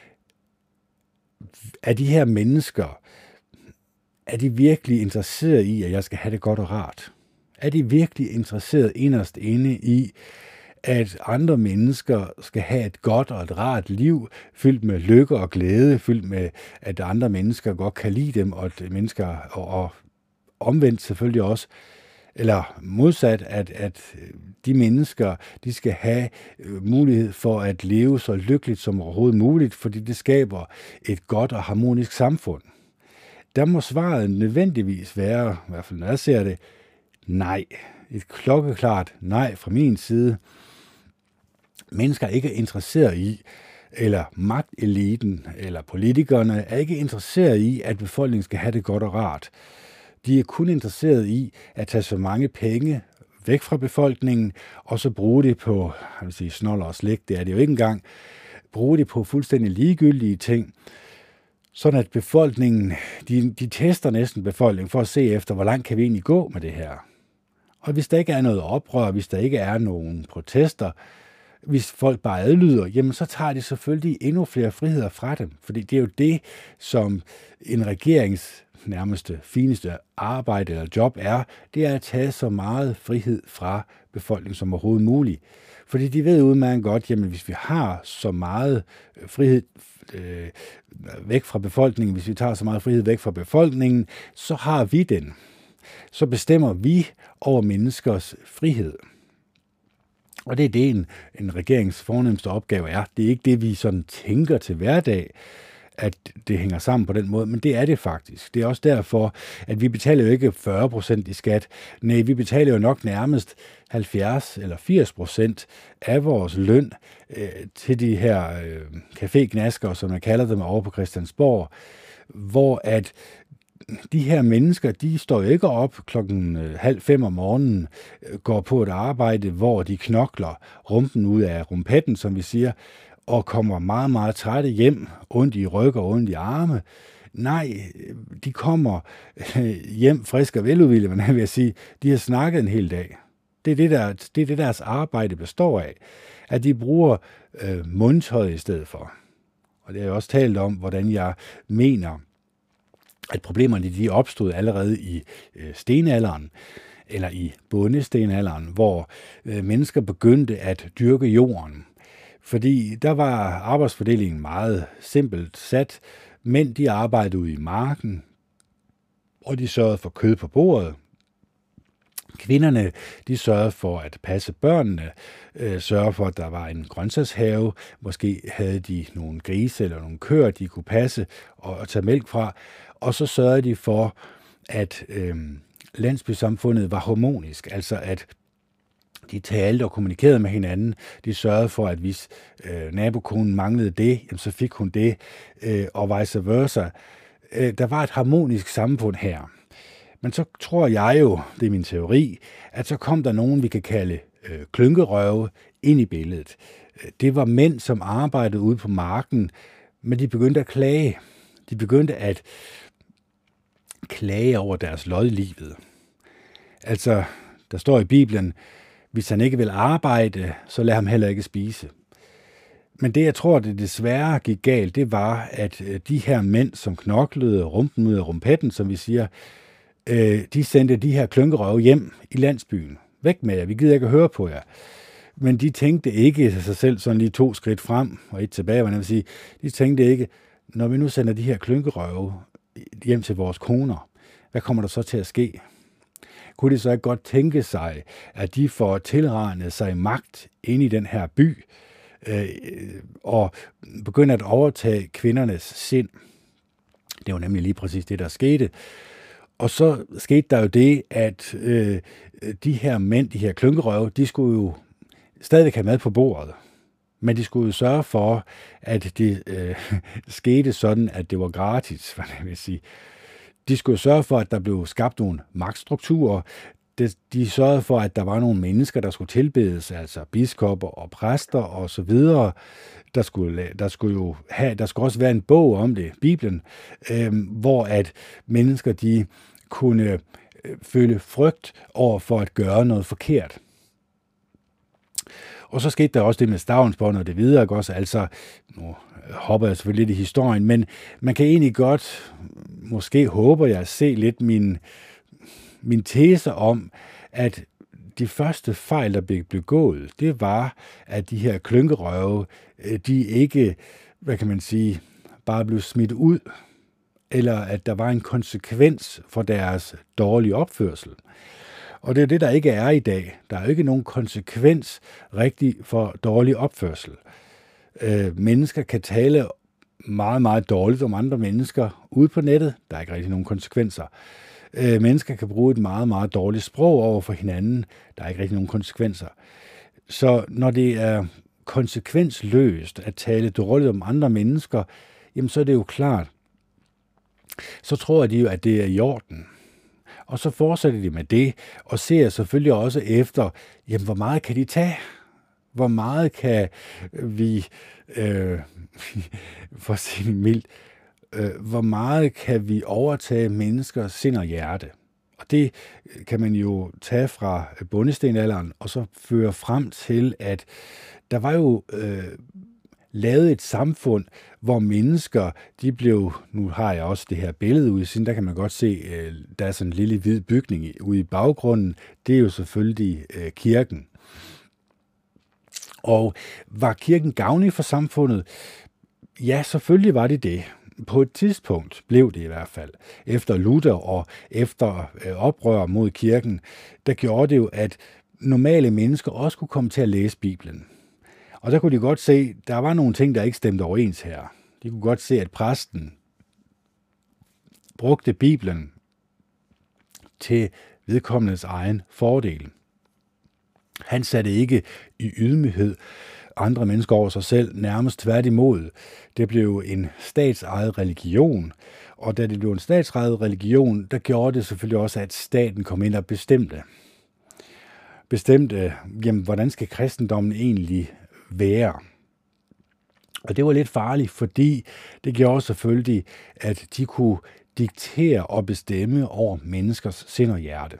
er de her mennesker, er de virkelig interesseret i, at jeg skal have det godt og rart? Er de virkelig interesseret inderst inde i, at andre mennesker skal have et godt og et rart liv, fyldt med lykke og glæde, fyldt med, at andre mennesker godt kan lide dem, og at mennesker, og, og omvendt selvfølgelig også, eller modsat, at, at de mennesker, de skal have mulighed for at leve så lykkeligt som overhovedet muligt, fordi det skaber et godt og harmonisk samfund. Der må svaret nødvendigvis være, i hvert fald når jeg ser det, nej. Et klokkeklart nej fra min side. Mennesker er ikke interesseret i, eller magteliten, eller politikerne er ikke interesseret i, at befolkningen skal have det godt og rart. De er kun interesseret i at tage så mange penge væk fra befolkningen, og så bruge det på, jeg vil sige, snoller og slik, det er det jo ikke engang, bruge det på fuldstændig ligegyldige ting, sådan at befolkningen, de, de tester næsten befolkningen for at se efter, hvor langt kan vi egentlig gå med det her. Og hvis der ikke er noget oprør, hvis der ikke er nogen protester, hvis folk bare adlyder, jamen så tager de selvfølgelig endnu flere friheder fra dem. Fordi det er jo det, som en regerings nærmeste fineste arbejde eller job er, det er at tage så meget frihed fra befolkningen som overhovedet muligt. Fordi de ved udmærket godt, jamen hvis vi har så meget frihed øh, væk fra befolkningen, hvis vi tager så meget frihed væk fra befolkningen, så har vi den. Så bestemmer vi over menneskers frihed. Og det er det, en, en regerings fornemmeste opgave er. Det er ikke det, vi sådan tænker til hverdag, at det hænger sammen på den måde, men det er det faktisk. Det er også derfor, at vi betaler jo ikke fyrre procent i skat. Nej, vi betaler jo nok nærmest halvfjerds eller firs procent af vores løn øh, til de her øh, café-gnaskere, som man kalder dem over på Christiansborg, hvor at de her mennesker, de står jo ikke op klokken halv fem om morgenen, går på et arbejde, hvor de knokler rumpen ud af rumpetten, som vi siger, og kommer meget, meget trætte hjem, ondt i ryg og ondt i arme. Nej, de kommer hjem friske og veludvilede, men jeg vil sige, de har snakket en hel dag. Det er det, der, det er det, deres arbejde består af, at de bruger øh, mundtøj i stedet for. Og det har jeg også talt om, hvordan jeg mener, at problemerne de opstod allerede i øh, stenalderen, eller i bondestenalderen, hvor øh, mennesker begyndte at dyrke jorden. Fordi der var arbejdsfordelingen meget simpelt sat. Mænd de arbejdede ude i marken, og de sørgede for kød på bordet. Kvinderne de sørgede for at passe børnene, øh, sørge for, at der var en grøntsagshave. Måske havde de nogle grise eller nogle køer, de kunne passe og, og tage mælk fra. Og så sørgede de for, at øh, landsbysamfundet var harmonisk, altså at de talte og kommunikerede med hinanden. De sørgede for, at hvis øh, nabokonen manglede det, jamen, så fik hun det, øh, og vice versa. Øh, der var et harmonisk samfund her. Men så tror jeg jo, det er min teori, at så kom der nogen, vi kan kalde øh, klynkerøve, ind i billedet. Det var mænd, som arbejdede ude på marken, men de begyndte at klage. De begyndte at klage over deres lod i livet. Altså, der står i Bibelen, hvis han ikke vil arbejde, så lad ham heller ikke spise. Men det, jeg tror, det desværre gik galt, det var, at de her mænd, som knoklede rumpen ud af rumpetten, som vi siger, de sendte de her klynkerøve hjem i landsbyen. Væk med jer, vi gider ikke at høre på jer. Men de tænkte ikke sig selv sådan lige to skridt frem og et tilbage, hvad jeg vil sige. De tænkte ikke, når vi nu sender de her klynkerøve hjem til vores koner, hvad kommer der så til at ske? Kunne de så ikke godt tænke sig, at de får tilranet sig magt ind i den her by, øh, og begynder at overtage kvindernes sind? Det var nemlig lige præcis det, der skete. Og så skete der jo det, at øh, de her mænd, de her klynkerøve, de skulle jo stadigvæk have mad på bordet. Men de skulle jo sørge for, at det øh, skete sådan, at det var gratis, hvad jeg vil sige. De skulle sørge for, at der blev skabt nogle magtstrukturer. De sørgede for, at der var nogle mennesker, der skulle tilbedes, altså biskopper og præster og så videre. Der skulle, der skulle jo have, der skulle også være en bog om det, Bibelen, øh, hvor at mennesker de kunne øh, føle frygt over for at gøre noget forkert. Og så skete der også det med stavnsbånd og det videre, også, altså, nu hopper jeg selvfølgelig lidt i historien, men man kan egentlig godt, måske håber jeg, se lidt min, min tese om, at de første fejl, der blev begået, det var, at de her klynkerøve, de ikke, hvad kan man sige, bare blev smidt ud, eller at der var en konsekvens for deres dårlige opførsel. Og det er det, der ikke er i dag. Der er jo ikke nogen konsekvens rigtig for dårlig opførsel. Øh, mennesker kan tale meget, meget dårligt om andre mennesker ude på nettet. Der er ikke rigtig nogen konsekvenser. Øh, mennesker kan bruge et meget, meget dårligt sprog over for hinanden. Der er ikke rigtig nogen konsekvenser. Så når det er konsekvensløst at tale dårligt om andre mennesker, jamen så er det jo klart. Så tror de jo, at det er i orden. Og så fortsætter de med det, og ser selvfølgelig også efter, jamen, hvor meget kan de tage? Hvor meget kan vi, øh, for at sige mildt, øh, hvor meget kan vi overtage menneskers sind og hjerte? Og det kan man jo tage fra bondestenalderen, og så føre frem til, at der var jo øh, lavede et samfund, hvor mennesker, de blev, nu har jeg også det her billede ude i siden, der kan man godt se, der er sådan en lille hvid bygning ude i baggrunden, det er jo selvfølgelig kirken. Og var kirken gavnlig for samfundet? Ja, selvfølgelig var det det. På et tidspunkt blev det i hvert fald. Efter Luther og efter oprør mod kirken, der gjorde det jo, at normale mennesker også kunne komme til at læse Bibelen. Og der kunne de godt se, der var nogle ting, der ikke stemte overens her. De kunne godt se, at præsten brugte Bibelen til vedkommendes egen fordel. Han satte ikke i ydmyghed andre mennesker over sig selv, nærmest tværtimod. Det blev en statsejet religion, og da det blev en statsejet religion, der gjorde det selvfølgelig også, at staten kom ind og bestemte. Bestemte, jamen, hvordan skal kristendommen egentlig være? Og det var lidt farligt, fordi det gjorde selvfølgelig, at de kunne diktere og bestemme over menneskers sind og hjerte.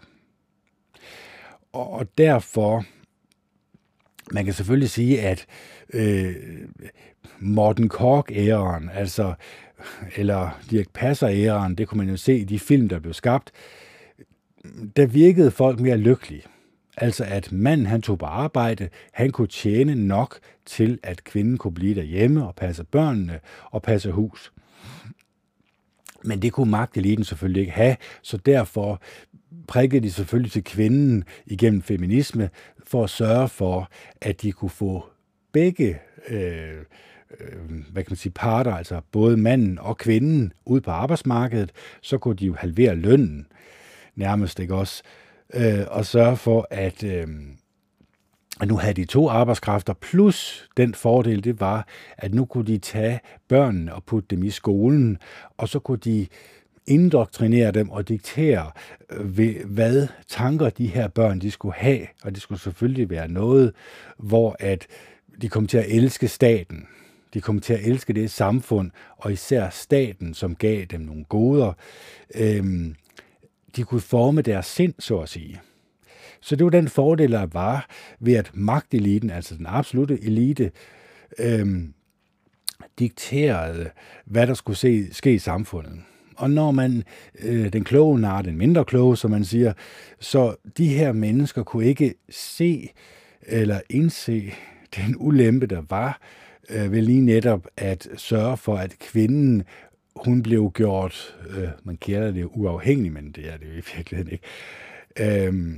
Og derfor, man kan selvfølgelig sige, at øh, Morten Korch-æraen, altså, eller Dirch Passer-æraen, det kunne man jo se i de film, der blev skabt, der virkede folk mere lykkelige. Altså at manden, han tog på arbejde, han kunne tjene nok til, at kvinden kunne blive derhjemme og passe børnene og passe hus. Men det kunne magteliten selvfølgelig ikke have, så derfor prikkede de selvfølgelig til kvinden igennem feminisme for at sørge for, at de kunne få begge øh, øh, hvad kan man sige, parter, altså både manden og kvinden, ud på arbejdsmarkedet, så kunne de jo halvere lønnen nærmest, ikke også? Øh, og sørge for, at, øh, at nu havde de to arbejdskræfter, plus den fordel, det var, at nu kunne de tage børnene og putte dem i skolen, og så kunne de indoktrinere dem og diktere, øh, hvad tanker de her børn de skulle have, og det skulle selvfølgelig være noget, hvor at de kom til at elske staten. De kom til at elske det samfund, og især staten, som gav dem nogle goder. Øh, De kunne forme deres sind, så at sige. Så det var den fordel, der var ved, at magteliten, altså den absolute elite, øhm, dikterede, hvad der skulle se, ske i samfundet. Og når man, øh, den kloge nar, den mindre kloge, som man siger, så de her mennesker kunne ikke se eller indse den ulempe, der var øh, ved lige netop at sørge for, at kvinden, hun blev gjort, øh, man kalder det uafhængig, men det er det jo i virkeligheden ikke. Øhm,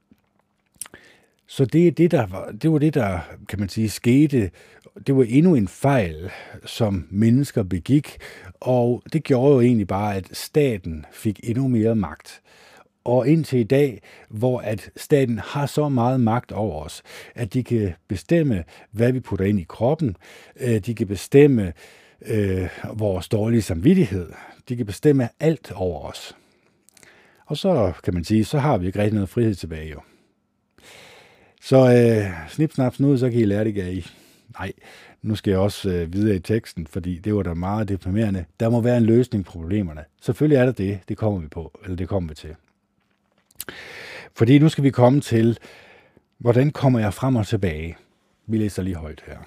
så det, det, der var, det var det, der, kan man sige, skete. Det var endnu en fejl, som mennesker begik, og det gjorde jo egentlig bare, at staten fik endnu mere magt. Og indtil i dag, hvor at staten har så meget magt over os, at de kan bestemme, hvad vi putter ind i kroppen, øh, de kan bestemme Øh, vores dårlige samvittighed. De kan bestemme alt over os. Og så kan man sige, så har vi ikke rigtig noget frihed tilbage jo. Så øh, snip, snap, snud, så kan I lære det ikke af I. Nej, nu skal jeg også øh, videre i teksten, fordi det var da meget deprimerende. Der må være en løsning på problemerne. Selvfølgelig er der det, det kommer vi på, eller det kommer vi til. Fordi nu skal vi komme til, hvordan kommer jeg frem og tilbage? Vi læser lige højt her.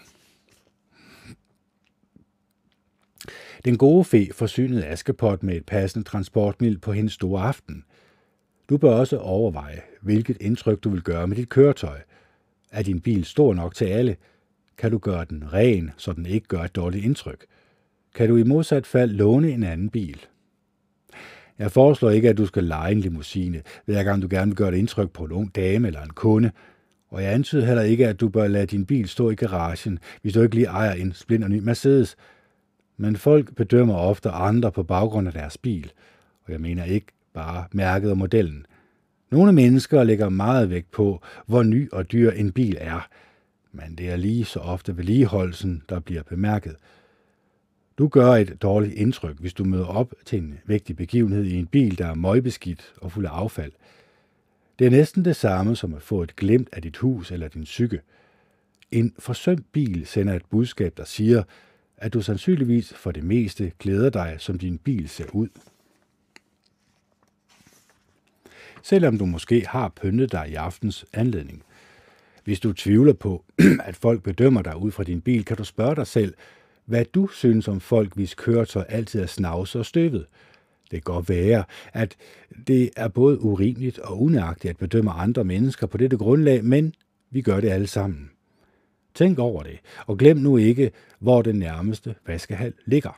Den gode fe forsynede Askepot med et passende transportmiddel på hendes store aften. Du bør også overveje, hvilket indtryk du vil gøre med dit køretøj. Er din bil stor nok til alle? Kan du gøre den ren, så den ikke gør et dårligt indtryk? Kan du i modsat fald låne en anden bil? Jeg foreslår ikke, at du skal leje en limousine, hver gang du gerne vil gøre et indtryk på en ung dame eller en kunde. Og jeg antyder heller ikke, at du bør lade din bil stå i garagen, hvis du ikke lige ejer en splinterny Mercedes. Men folk bedømmer ofte andre på baggrund af deres bil, og jeg mener ikke bare mærket og modellen. Nogle mennesker lægger meget vægt på, hvor ny og dyr en bil er, men det er lige så ofte vedligeholdelsen, der bliver bemærket. Du gør et dårligt indtryk, hvis du møder op til en vigtig begivenhed i en bil, der er møgbeskidt og fuld af affald. Det er næsten det samme som at få et glimt af dit hus eller din psyke. En forsømt bil sender et budskab, der siger, at du sandsynligvis for det meste glæder dig, som din bil ser ud. Selvom du måske har pyntet dig i aftens anledning. Hvis du tvivler på, at folk bedømmer dig ud fra din bil, kan du spørge dig selv, hvad du synes om folk, hvis køretøj altid er snavset og støvet. Det kan godt være, at det er både urimeligt og unøjagtigt at bedømme andre mennesker på dette grundlag, men vi gør det alle sammen. Tænk over det, og glem nu ikke, hvor den nærmeste vaskehal ligger.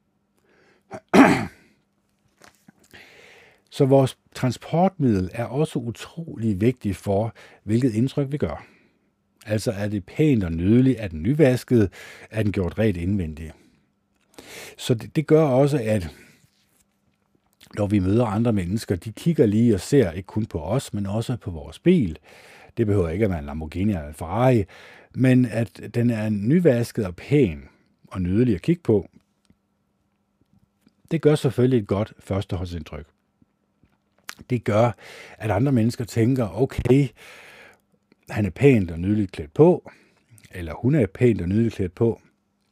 Så vores transportmiddel er også utrolig vigtigt for, hvilket indtryk vi gør. Altså er det pænt og nydeligt, er den nyvasket, er den gjort rent indvendigt. Så det, det gør også, at når vi møder andre mennesker, de kigger lige og ser ikke kun på os, men også på vores bil. Det behøver ikke at være en Lamborghini eller en Ferrari, men at den er nyvasket og pæn og nydelig at kigge på. Det gør selvfølgelig et godt førstehåndsindtryk. Det gør, at andre mennesker tænker, okay, han er pænt og nydeligt klædt på, eller hun er pænt og nydeligt klædt på,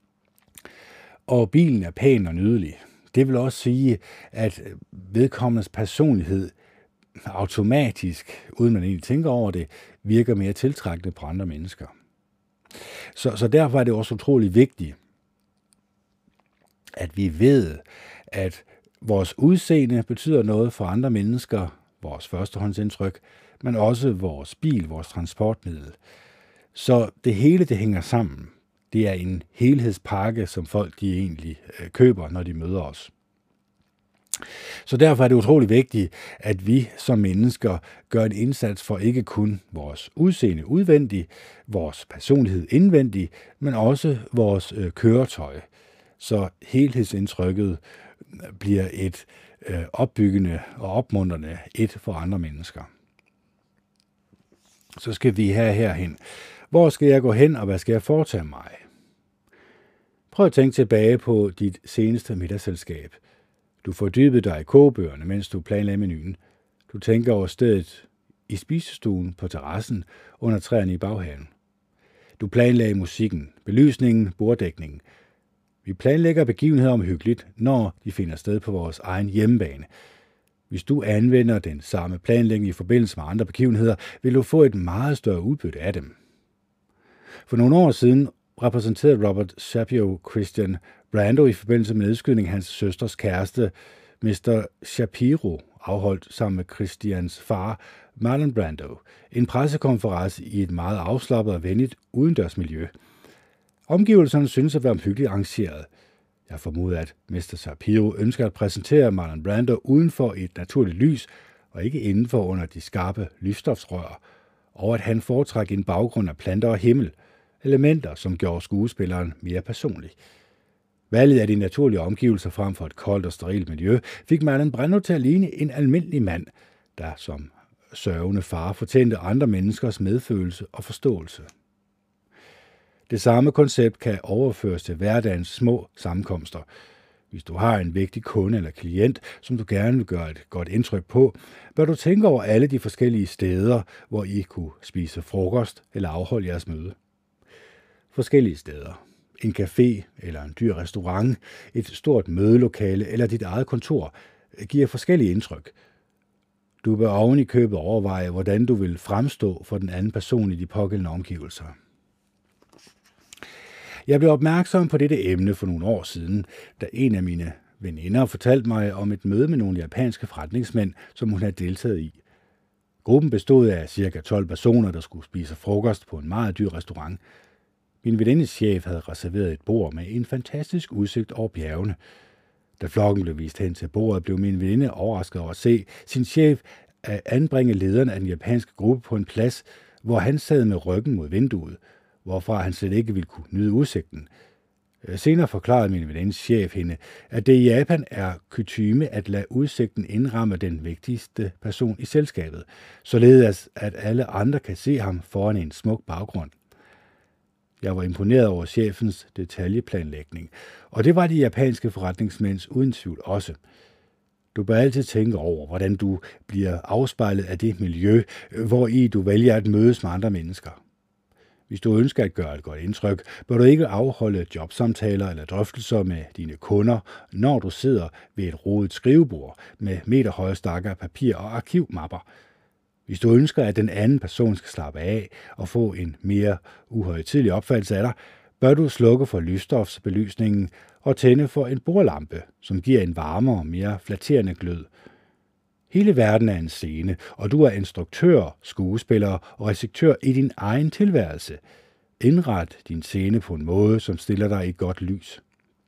og bilen er pæn og nydelig. Det vil også sige, at vedkommendes personlighed automatisk, uden man egentlig tænker over det, virker mere tiltrækkende på andre mennesker. Så, så derfor er det også utrolig vigtigt, at vi ved, at vores udseende betyder noget for andre mennesker, vores førstehåndsindtryk, men også vores bil, vores transportmiddel. Så det hele, det hænger sammen. Det er en helhedspakke, som folk de egentlig øh, køber, når de møder os. Så derfor er det utrolig vigtigt, at vi som mennesker gør en indsats for ikke kun vores udseende udvendigt, vores personlighed indvendigt, men også vores øh, køretøj. Så helhedsindtrykket bliver et øh, opbyggende og opmuntrende et for andre mennesker. Så skal vi her herhen. Hvor skal jeg gå hen, og hvad skal jeg foretage mig? Prøv at tænke tilbage på dit seneste middagsselskab. Du fordybede dig i kogebøgerne, mens du planlagde menuen. Du tænker over stedet i spisestuen, på terrassen, under træerne i baghaven. Du planlagde musikken, belysningen, borddækningen. Vi planlægger begivenheder omhyggeligt, når de finder sted på vores egen hjemmebane. Hvis du anvender den samme planlægning i forbindelse med andre begivenheder, vil du få et meget større udbytte af dem. For nogle år siden repræsenterede Robert Shapiro Christian Brando i forbindelse med nedskydning af hans søsters kæreste, mister Shapiro, afholdt sammen med Christians far, Marlon Brando, en pressekonference i et meget afslappet og venligt udendørsmiljø. Omgivelserne synes at være omhyggeligt arrangeret. Jeg formoder, at mister Shapiro ønsker at præsentere Marlon Brando uden for et naturligt lys, og ikke indenfor under de skarpe lysstofsrør, og at han foretrækker en baggrund af planter og himmel, elementer, som gjorde skuespilleren mere personlig. Valget af de naturlige omgivelser frem for et koldt og sterilt miljø fik Marlon Brando til at ligne en almindelig mand, der som sørgende far fortjente andre menneskers medfølelse og forståelse. Det samme koncept kan overføres til hverdagens små sammenkomster. Hvis du har en vigtig kunde eller klient, som du gerne vil gøre et godt indtryk på, bør du tænke over alle de forskellige steder, hvor I kunne spise frokost eller afholde jeres møde. Forskellige steder. En café eller en dyr restaurant, et stort mødelokale eller dit eget kontor giver forskellige indtryk. Du bør oven i købet overveje, hvordan du vil fremstå for den anden person i de pågældende omgivelser. Jeg blev opmærksom på dette emne for nogle år siden, da en af mine veninder fortalte mig om et møde med nogle japanske forretningsmænd, som hun havde deltaget i. Gruppen bestod af cirka tolv personer, der skulle spise frokost på en meget dyr restaurant. Min venindes chef havde reserveret et bord med en fantastisk udsigt over bjergene. Da flokken blev vist hen til bordet, blev min veninde overrasket over at se sin chef at anbringe lederen af den japanske gruppe på en plads, hvor han sad med ryggen mod vinduet, hvorfra han slet ikke ville kunne nyde udsigten. Senere forklarede min venindes chef hende, at det i Japan er kutyme at lade udsigten indramme den vigtigste person i selskabet, således at alle andre kan se ham foran en smuk baggrund. Jeg var imponeret over chefens detaljeplanlægning, og det var de japanske forretningsmænds uden tvivl også. Du bør altid tænke over, hvordan du bliver afspejlet af det miljø, hvor i du vælger at mødes med andre mennesker. Hvis du ønsker at gøre et godt indtryk, bør du ikke afholde jobsamtaler eller drøftelser med dine kunder, når du sidder ved et rodet skrivebord med meterhøje stakker af papir og arkivmapper. Hvis du ønsker, at den anden person skal slappe af og få en mere uhøjtidelig opfattelse af dig, bør du slukke for lysstofsbelysningen og tænde for en bordlampe, som giver en varmere og mere flatterende glød. Hele verden er en scene, og du er instruktør, skuespiller og resektør i din egen tilværelse. Indret din scene på en måde, som stiller dig i godt lys.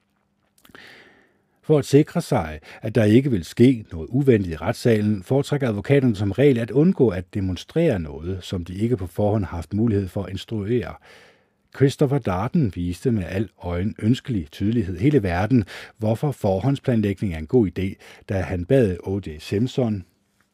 For at sikre sig, at der ikke vil ske noget uventet i retssalen, foretrækker advokaterne som regel at undgå at demonstrere noget, som de ikke på forhånd har haft mulighed for at instruere. Christopher Darden viste med al øjen ønskelig tydelighed hele verden, hvorfor forhåndsplanlægning er en god idé, da han bad O J Simpson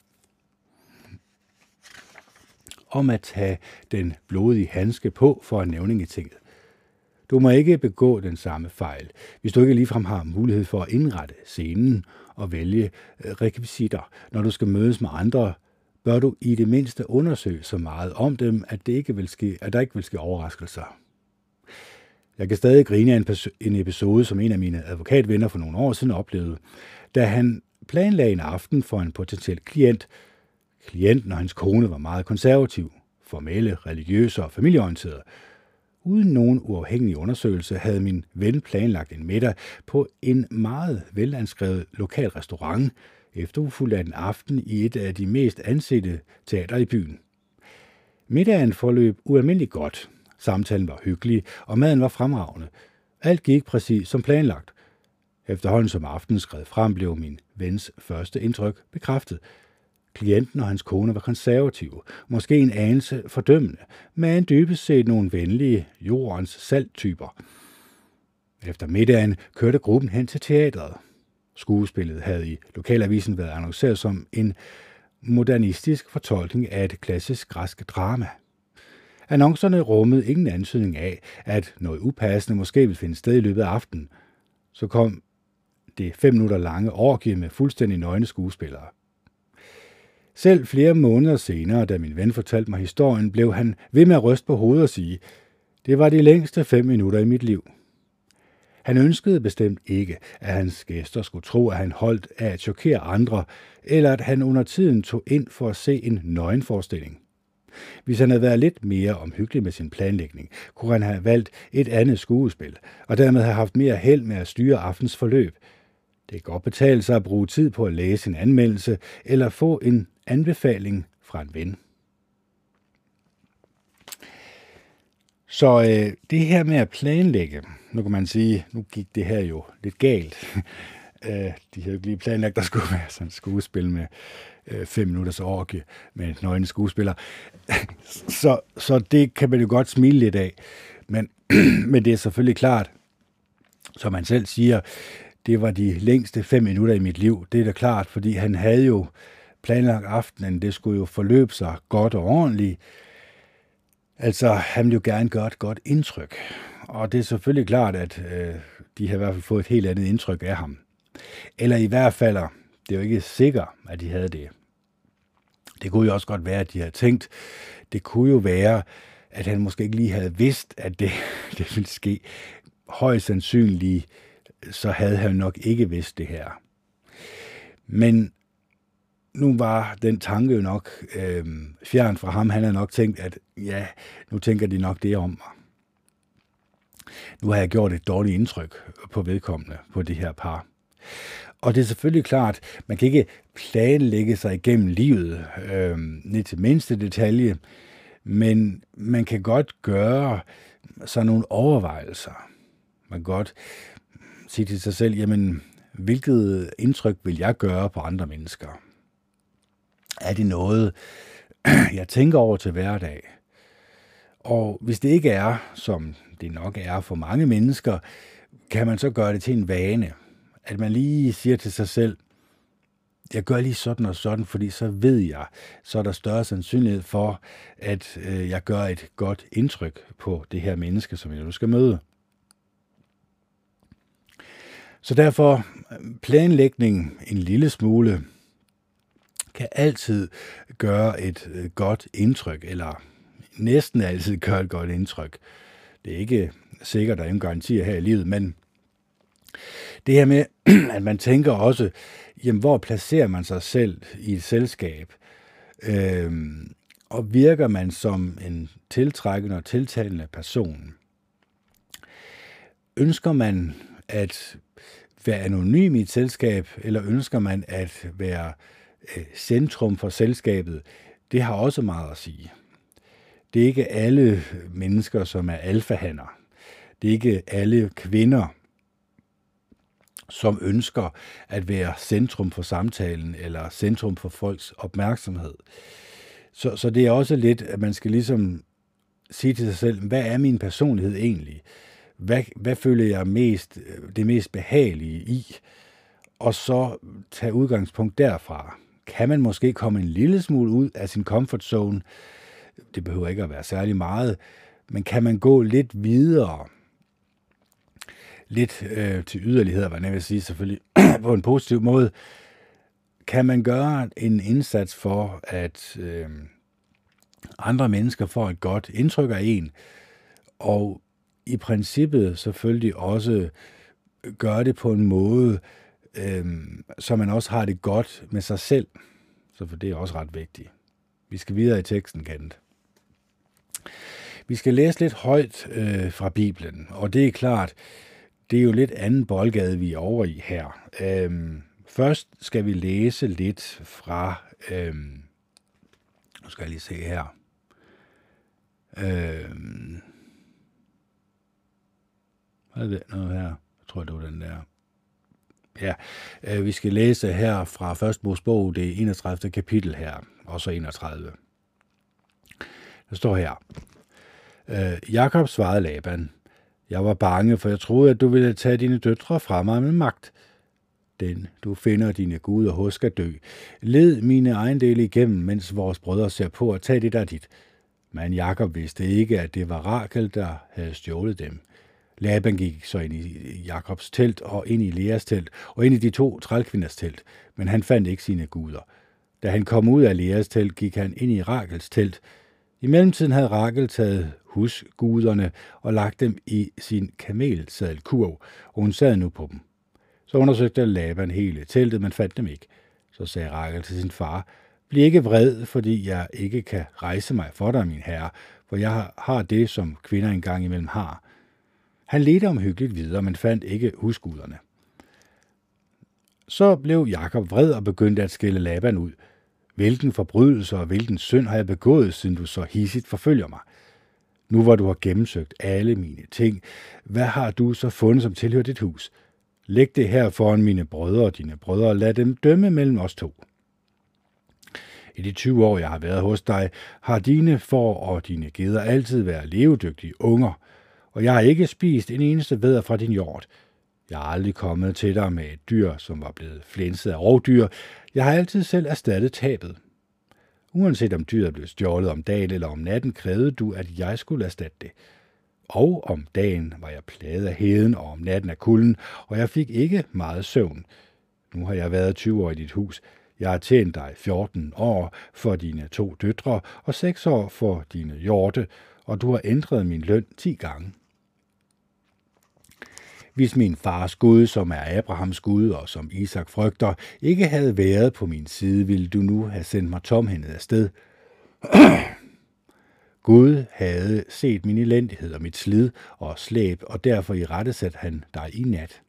om at tage den blodige handske på for at nævne i tinget. Du må ikke begå den samme fejl, hvis du ikke ligefrem har mulighed for at indrette scenen og vælge rekvisitter. Når du skal mødes med andre, bør du i det mindste undersøge så meget om dem, at, det ikke vil ske, at der ikke vil ske overraskelser. Jeg kan stadig grine af en, en episode, som en af mine advokatvenner for nogle år siden oplevede, da han planlagde en aften for en potentiel klient. Klienten og hans kone var meget konservativ, formelle, religiøse og familieorienterede. Uden nogen uafhængig undersøgelse havde min ven planlagt en middag på en meget velanskrevet lokal restaurant, efterfulgt af en aften i et af de mest ansete teater i byen. Middagen forløb ualmindeligt godt. Samtalen var hyggelig, og maden var fremragende. Alt gik præcis som planlagt. Efterhånden som aftenen skred frem, blev min vens første indtryk bekræftet. Klienten og hans kone var konservative, måske en anelse fordømmende, men dybest set nogle venlige jordens salttyper. Efter middagen kørte gruppen hen til teatret. Skuespillet havde i lokalavisen været annonceret som en modernistisk fortolkning af et klassisk græsk drama. Annoncerne rummede ingen antydning af, at noget upassende måske ville finde sted i løbet af aftenen. Så kom det fem minutter lange orgie med fuldstændig nøgne skuespillere. Selv flere måneder senere, da min ven fortalte mig historien, blev han ved med at ryste på hovedet og sige, det var de længste fem minutter i mit liv. Han ønskede bestemt ikke, at hans gæster skulle tro, at han holdt af at chokere andre, eller at han under tiden tog ind for at se en nøgenforestilling. Hvis han havde været lidt mere omhyggelig med sin planlægning, kunne han have valgt et andet skuespil, og dermed have haft mere held med at styre aftens forløb. Det kan godt betale sig at bruge tid på at læse en anmeldelse, eller få en anbefaling fra en ven. Så øh, det her med at planlægge, nu kan man sige, nu gik det her jo lidt galt. øh, de havde jo ikke lige planlagt, der skulle være sådan et skuespil med øh, fem minutters orgie med nøgne skuespiller. så, så det kan man jo godt smile lidt af. Men, men det er selvfølgelig klart, som man selv siger, det var de længste fem minutter i mit liv. Det er da klart, fordi han havde jo planlagt aftenen, det skulle jo forløbe sig godt og ordentligt. Altså, han ville jo gerne gøre et godt indtryk. Og det er selvfølgelig klart, at øh, de har i hvert fald fået et helt andet indtryk af ham. Eller i hvert fald, det er jo ikke sikkert, at de havde det. Det kunne jo også godt være, at de havde tænkt, det kunne jo være, at han måske ikke lige havde vidst, at det, det ville ske. Højst sandsynligt, så havde han nok ikke vidst det her. Men nu var den tanke jo nok øh, fjern fra ham. Han havde nok tænkt, at ja, nu tænker de nok det om mig. Nu har jeg gjort et dårligt indtryk på vedkommende, på det her par. Og det er selvfølgelig klart, man kan ikke planlægge sig igennem livet øh, ned til mindste detalje, men man kan godt gøre sådan nogle overvejelser. Man kan godt sige til sig selv, jamen, hvilket indtryk vil jeg gøre på andre mennesker? Er det noget, jeg tænker over til hverdag? Og hvis det ikke er, som det nok er for mange mennesker, kan man så gøre det til en vane. At man lige siger til sig selv, jeg gør lige sådan og sådan, fordi så ved jeg, så er der større sandsynlighed for, at øh, jeg gør et godt indtryk på det her menneske, som jeg nu skal møde. Så derfor planlægning en lille smule kan altid gøre et godt indtryk, eller næsten altid gøre et godt indtryk. Det er ikke sikkert, der er en garanti her i livet, men det her med, at man tænker også, jamen, hvor placerer man sig selv i et selskab? Øhm, og virker man som en tiltrækkende og tiltalende person? Ønsker man at være anonym i et selskab, eller ønsker man at være øh, centrum for selskabet? Det har også meget at sige. Det er ikke alle mennesker, som er alfahanner. Det er ikke alle kvinder, som ønsker at være centrum for samtalen, eller centrum for folks opmærksomhed. Så, så det er også lidt, at man skal ligesom sige til sig selv, hvad er min personlighed egentlig? Hvad, hvad føler jeg mest, det mest behagelige i? Og så tage udgangspunkt derfra. Kan man måske komme en lille smule ud af sin comfort zone? Det behøver ikke at være særlig meget, men kan man gå lidt videre? Lidt øh, til yderligheder, hvad jeg vil sige, selvfølgelig på en positiv måde. Kan man gøre en indsats for, at øh, andre mennesker får et godt indtryk af en, og i princippet selvfølgelig også gøre det på en måde, øh, så man også har det godt med sig selv. Så for det er også ret vigtigt. Vi skal videre i teksten, Kent. Vi skal læse lidt højt øh, fra Bibelen, og det er klart, det er jo lidt anden boldgade, vi er over i her. Øhm, først skal vi læse lidt fra, øhm, nu skal jeg lige se her, øhm, hvad er det noget her? Jeg tror, det var den der. Ja, øh, vi skal læse her fra første Mosebog, det enogtredivte kapitel her, og så enogtredive. Der står her, øh, Jakob svarede Laban, jeg var bange, for jeg troede, at du ville tage dine døtre fra mig med magt. Den, du finder dine guder hos, skal dø. Led mine ejendele igennem, mens vores brødre ser på at tage det, der er dit. Men Jakob vidste ikke, at det var Rachel, der havde stjålet dem. Laban gik så ind i Jakobs telt og ind i Leas telt og ind i de to trælkvinders telt, men han fandt ikke sine guder. Da han kom ud af Leas telt, gik han ind i Rachels telt. I mellemtiden havde Rachel taget husguderne og lagt dem i sin kamelsadelkurv, og hun sad nu på dem. Så undersøgte Laban hele teltet, men fandt dem ikke. Så sagde Rachel til sin far, bliv ikke vred, fordi jeg ikke kan rejse mig for dig, min herre, for jeg har det, som kvinder engang imellem har. Han ledte omhyggeligt videre, men fandt ikke husguderne. Så blev Jakob vred og begyndte at skælde Laban ud. Hvilken forbrydelse og hvilken synd har jeg begået, siden du så hissigt forfølger mig? Nu hvor du har gennemsøgt alle mine ting, hvad har du så fundet, som tilhører dit hus? Læg det her foran mine brødre og dine brødre, og lad dem dømme mellem os to. I de tyve år, jeg har været hos dig, har dine får og dine geder altid været levedygtige unger, og jeg har ikke spist en eneste vædder fra din hjort. Jeg har aldrig kommet til dig med et dyr, som var blevet flænset af rovdyr. Jeg har altid selv erstattet tabet. Uanset om dyret blev stjålet om dagen eller om natten, krævede du, at jeg skulle erstatte det. Og om dagen var jeg plaget af heden, og om natten af kulden, og jeg fik ikke meget søvn. Nu har jeg været tyve år i dit hus. Jeg har tjent dig fjorten år for dine to døtre, og seks år for dine hjorte, og du har ændret min løn ti gange. Hvis min fars Gud, som er Abrahams Gud og som Isak frygter, ikke havde været på min side, ville du nu have sendt mig tomhændet afsted. Gud havde set min elendighed og mit slid og slæb, og derfor irettesatte han dig i nat.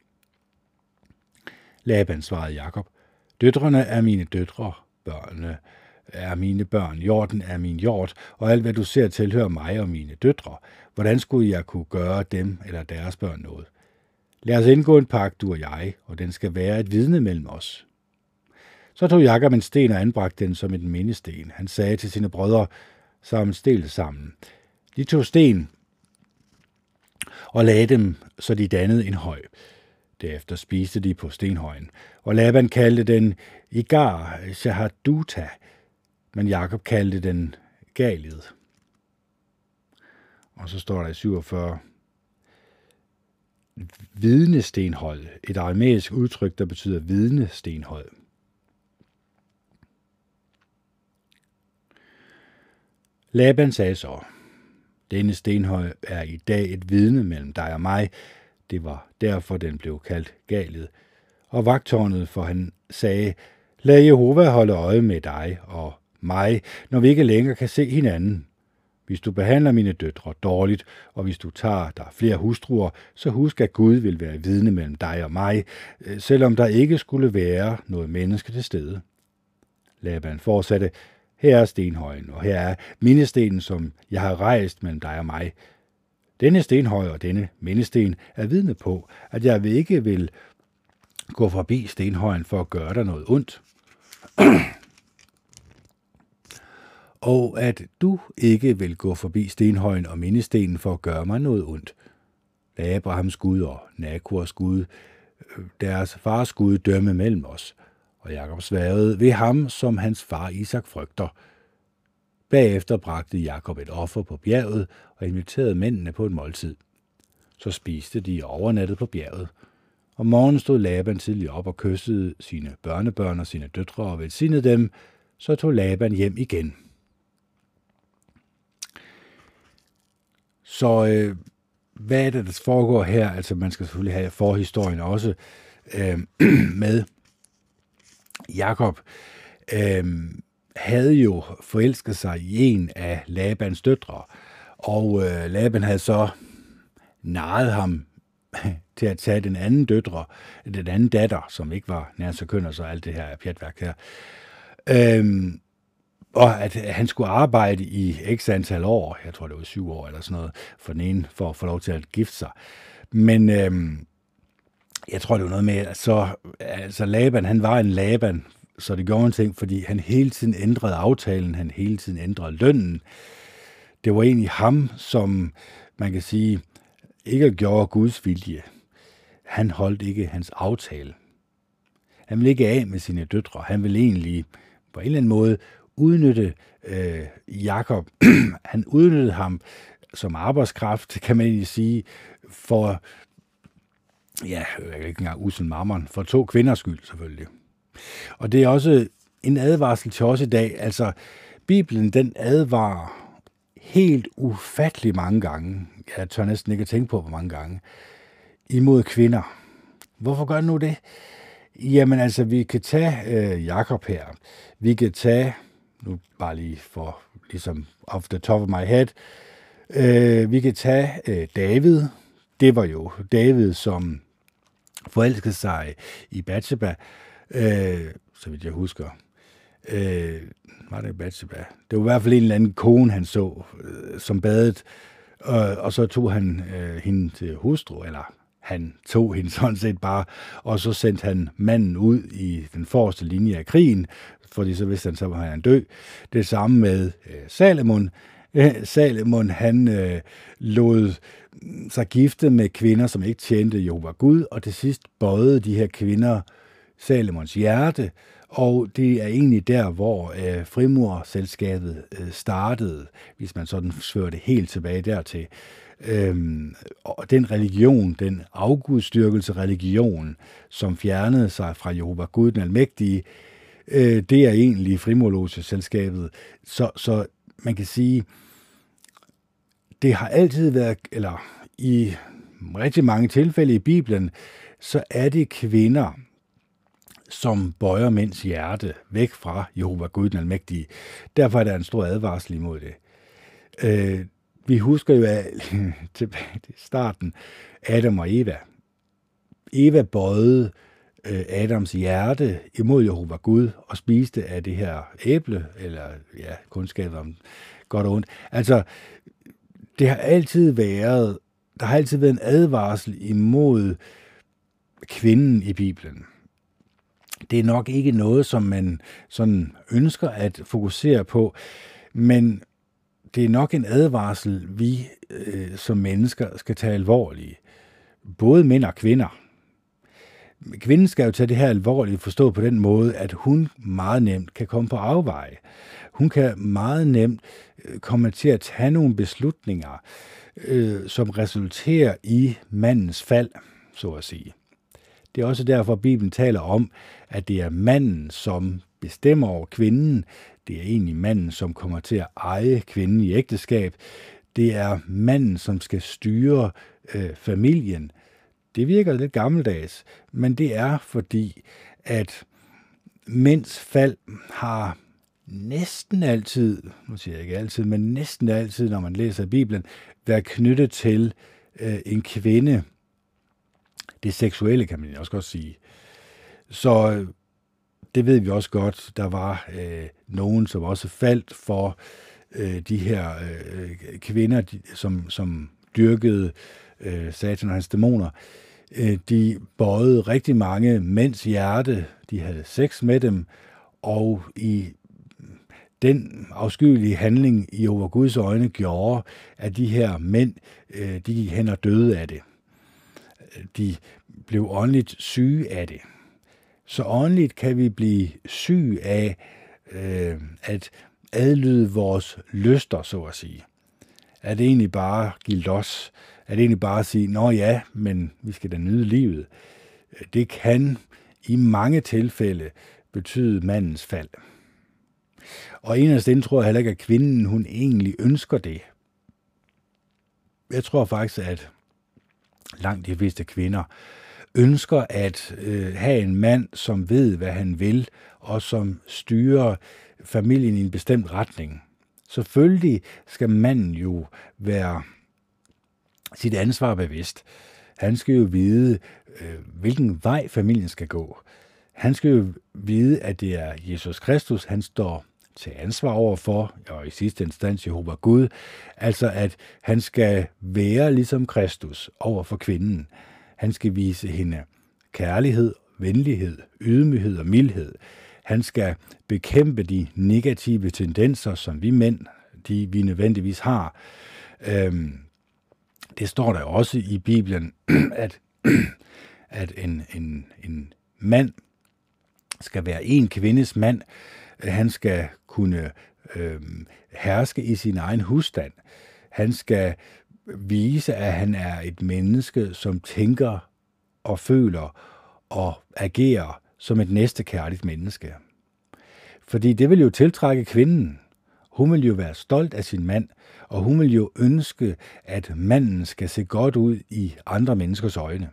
Laban svarede Jakob, døtrene er mine døtre, børnene er mine børn, hjorten er min hjort, og alt hvad du ser tilhører mig og mine døtre. Hvordan skulle jeg kunne gøre dem eller deres børn noget? Lad os indgå en pagt, du og jeg, og den skal være et vidne mellem os. Så tog Jakob en sten og anbragte den som en mindesten. Han sagde til sine brødre, som stelte sammen. De tog sten og lagde dem, så de dannede en høj. Derefter spiste de på stenhøjen, og Laban kaldte den Igar Shahaduta, men Jakob kaldte den Galed. Og så står der i syvogfyrre, vidnestenhold, et aramæisk udtryk, der betyder vidnestenhold. Laban sagde så, denne stenhøj er i dag et vidne mellem dig og mig. Det var derfor, den blev kaldt Galed. Og vagttårnet for han sagde, lad Jehova holde øje med dig og mig, når vi ikke længere kan se hinanden. Hvis du behandler mine døtre dårligt, og hvis du tager dig flere hustruer, så husk, at Gud vil være vidne mellem dig og mig, selvom der ikke skulle være noget menneske til stede. Laban fortsatte, her er stenhøjen, og her er mindestenen, som jeg har rejst mellem dig og mig. Denne stenhøj og denne mindesten er vidne på, at jeg ikke vil gå forbi stenhøjen for at gøre dig noget ondt. Og at du ikke vil gå forbi stenhøjen og mindestenen for at gøre mig noget ondt. Da Abrahams Gud og Nakors Gud, deres fars Gud, dømme mellem os, og Jakob sværede ved ham, som hans far Isak frygter. Bagefter bragte Jakob et offer på bjerget og inviterede mændene på et måltid. Så spiste de og overnattede på bjerget. Om morgenen stod Laban tidligt op og kyssede sine børnebørn og sine døtre og velsignede dem, så tog Laban hjem igen. Så øh, hvad er det, der foregår her? Altså man skal selvfølgelig have forhistorien også øh, med. Jakob øh, havde jo forelsket sig i en af Labans døtre, og øh, Laban havde så narret ham til at tage den anden døtre, den anden datter, som ikke var nær så køn, og så alt det her pjatværk her. Øhm, og at han skulle arbejde i x antal år, jeg tror det var syv år eller sådan noget, for den ene, for at få lov til at gifte sig. Men øhm, jeg tror det var noget med, at så, altså Laban, han var en Laban, så det gjorde en ting, fordi han hele tiden ændrede aftalen, han hele tiden ændrede lønnen. Det var egentlig ham, som man kan sige, ikke gjorde Guds vilje. Han holdt ikke hans aftale. Han ville ikke af med sine døtre. Han ville egentlig på en eller anden måde udnytte øh, Jakob. Han udnyttede ham som arbejdskraft, kan man egentlig sige, for, ja, jeg kan ikke engang usel mammon, for to kvinders skyld selvfølgelig. Og det er også en advarsel til os i dag. Altså, Bibelen, den advarer helt ufattelig mange gange, jeg tør næsten ikke at tænke på, hvor mange gange, imod kvinder. Hvorfor gør den nu det? Jamen altså, vi kan tage øh, Jakob her. Vi kan tage, nu bare lige for, ligesom off the top of my head, øh, vi kan tage øh, David. Det var jo David, som forelskede sig i Batsheba, øh, så vidt jeg husker. Øh, var det Batsheba? Det var i hvert fald en eller anden kone, han så, øh, som badede, øh, og så tog han øh, hende til hustru, eller han tog hende sådan set bare, og så sendte han manden ud i den forreste linje af krigen, fordi så vidste han, så var han død. Det samme med øh, Salomon. Øh, Salomon, han øh, lod sig gifte med kvinder, som ikke tjente Jehova Gud, og til sidst bøjede de her kvinder Salomons hjerte, og det er egentlig der, hvor øh, frimurselskabet øh, startede, hvis man sådan fører det helt tilbage dertil. Øhm, og den religion, den afgudstyrkelse religion, som fjernede sig fra Jehova Gud den Almægtige, øh, det er egentlig frimurlogeselskabet. Så, så man kan sige, det har altid været, eller i rigtig mange tilfælde i Bibelen, så er det kvinder, som bøjer mænds hjerte væk fra Jehova Gud den Almægtige. Derfor er der en stor advarsel imod det. Øh, vi husker jo af, tilbage til starten, Adam og Eva. Eva bøjede øh, Adams hjerte imod Jehova Gud og spiste af det her æble, eller ja, kundskab om godt og ondt. Altså, det har altid været, der har altid været en advarsel imod kvinden i Bibelen. Det er nok ikke noget, som man sådan ønsker at fokusere på, men det er nok en advarsel, vi øh, som mennesker skal tage alvorligt. Både mænd og kvinder. Kvinden skal jo tage det her alvorligt, forstå på den måde, at hun meget nemt kan komme på afveje. Hun kan meget nemt komme til at tage nogle beslutninger, øh, som resulterer i mandens fald, så at sige. Det er også derfor, at Bibelen taler om, at det er manden, som bestemmer over kvinden. Det er egentlig manden, som kommer til at eje kvinden i ægteskab. Det er manden, som skal styre øh, familien. Det virker lidt gammeldags, men det er fordi, at mænds fald har næsten altid, nu siger jeg ikke altid, men næsten altid, når man læser Bibelen, være knyttet til øh, en kvinde. Det seksuelle, kan man også godt sige. Så øh, det ved vi også godt. Der var øh, nogen, som også faldt for øh, de her øh, kvinder, de, som, som dyrkede øh, Satan og hans dæmoner. Øh, de bøjede rigtig mange mænds hjerte. De havde sex med dem, og i den afskyelige handling i over Guds øjne gjorde, at de her mænd, øh, de gik hen og døde af det. De blev åndeligt syge af det. Så åndeligt kan vi blive syge af øh, at adlyde vores lyster, så at sige. At egentlig bare give los. At egentlig bare sige, nå ja, men vi skal da nyde livet. Det kan i mange tilfælde betyde mandens fald. Og inderst inde tror jeg heller ikke, at kvinden, hun egentlig ønsker det. Jeg tror faktisk, at langt de fleste kvinder ønsker at øh, have en mand, som ved, hvad han vil, og som styrer familien i en bestemt retning. Selvfølgelig skal manden jo være sit ansvar bevidst. Han skal jo vide, øh, hvilken vej familien skal gå. Han skal jo vide, at det er Jesus Kristus, han står til ansvar overfor, og i sidste instans Jehova Gud, altså at han skal være ligesom Kristus over for kvinden. Han skal vise hende kærlighed, venlighed, ydmyghed og mildhed. Han skal bekæmpe de negative tendenser, som vi mænd, de vi nødvendigvis har. Øhm, det står der også i Bibelen, at, at en, en, en mand skal være en kvindes mand. Han skal kunne øh, herske i sin egen husstand. Han skal vise, at han er et menneske, som tænker og føler og agerer som et næstekærligt menneske. Fordi det vil jo tiltrække kvinden. Hun vil jo være stolt af sin mand, og hun vil jo ønske, at manden skal se godt ud i andre menneskers øjne.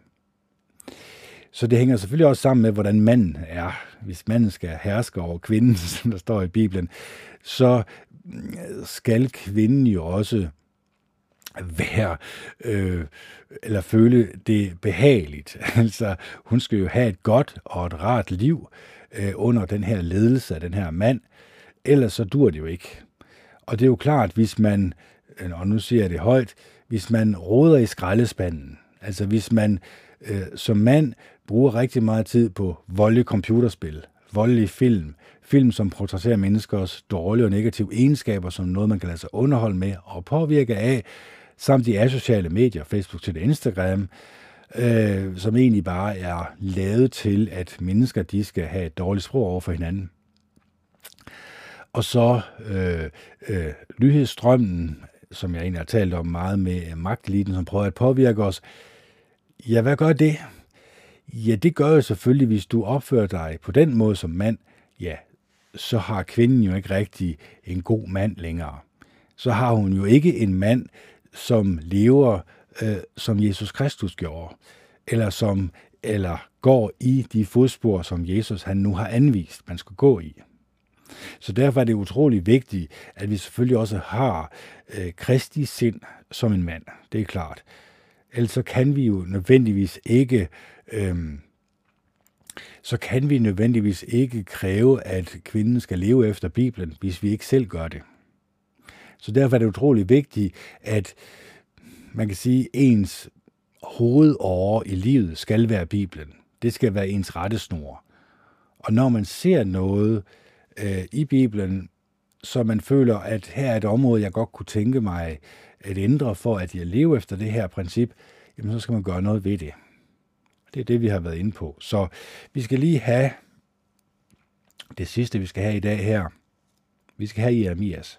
Så det hænger selvfølgelig også sammen med, hvordan manden er. Hvis manden skal herske over kvinden, som der står i Bibelen, så skal kvinden jo også være, øh, eller føle det behageligt. Altså, hun skal jo have et godt og et rart liv øh, under den her ledelse af den her mand. Ellers så dur det jo ikke. Og det er jo klart, hvis man, og nu siger jeg det højt, hvis man roder i skraldespanden, altså hvis man øh, som mand bruger rigtig meget tid på voldelige computerspil, voldelige film, film som portrætterer menneskers dårlige og negative egenskaber som noget, man kan lade sig underholde med og påvirke af, samt de asociale medier, Facebook til Instagram, øh, som egentlig bare er lavet til, at mennesker de skal have et dårligt sprog over for hinanden. Og så øh, øh, nyhedsstrømmen, som jeg egentlig har talt om meget med magteliten, som prøver at påvirke os. Ja, hvad gør det? Ja, det gør jo selvfølgelig, hvis du opfører dig på den måde som mand, ja, så har kvinden jo ikke rigtig en god mand længere. Så har hun jo ikke en mand, som lever, øh, som Jesus Kristus gjorde, eller som eller går i de fodspor, som Jesus han nu har anvist, man skal gå i. Så derfor er det utrolig vigtigt, at vi selvfølgelig også har øh, Kristi sind som en mand. Det er klart. Ellers så kan vi jo nødvendigvis ikke, øh, så kan vi nødvendigvis ikke kræve, at kvinden skal leve efter Bibelen, hvis vi ikke selv gør det. Så derfor er det utrolig vigtigt, at man kan sige, ens hovedåre i livet skal være Bibelen. Det skal være ens rettesnor. Og når man ser noget øh, i Bibelen, så man føler, at her er et område, jeg godt kunne tænke mig at ændre for, at jeg lever efter det her princip, jamen så skal man gøre noget ved det. Det er det, vi har været inde på. Så vi skal lige have det sidste, vi skal have i dag her. Vi skal have Jeremias.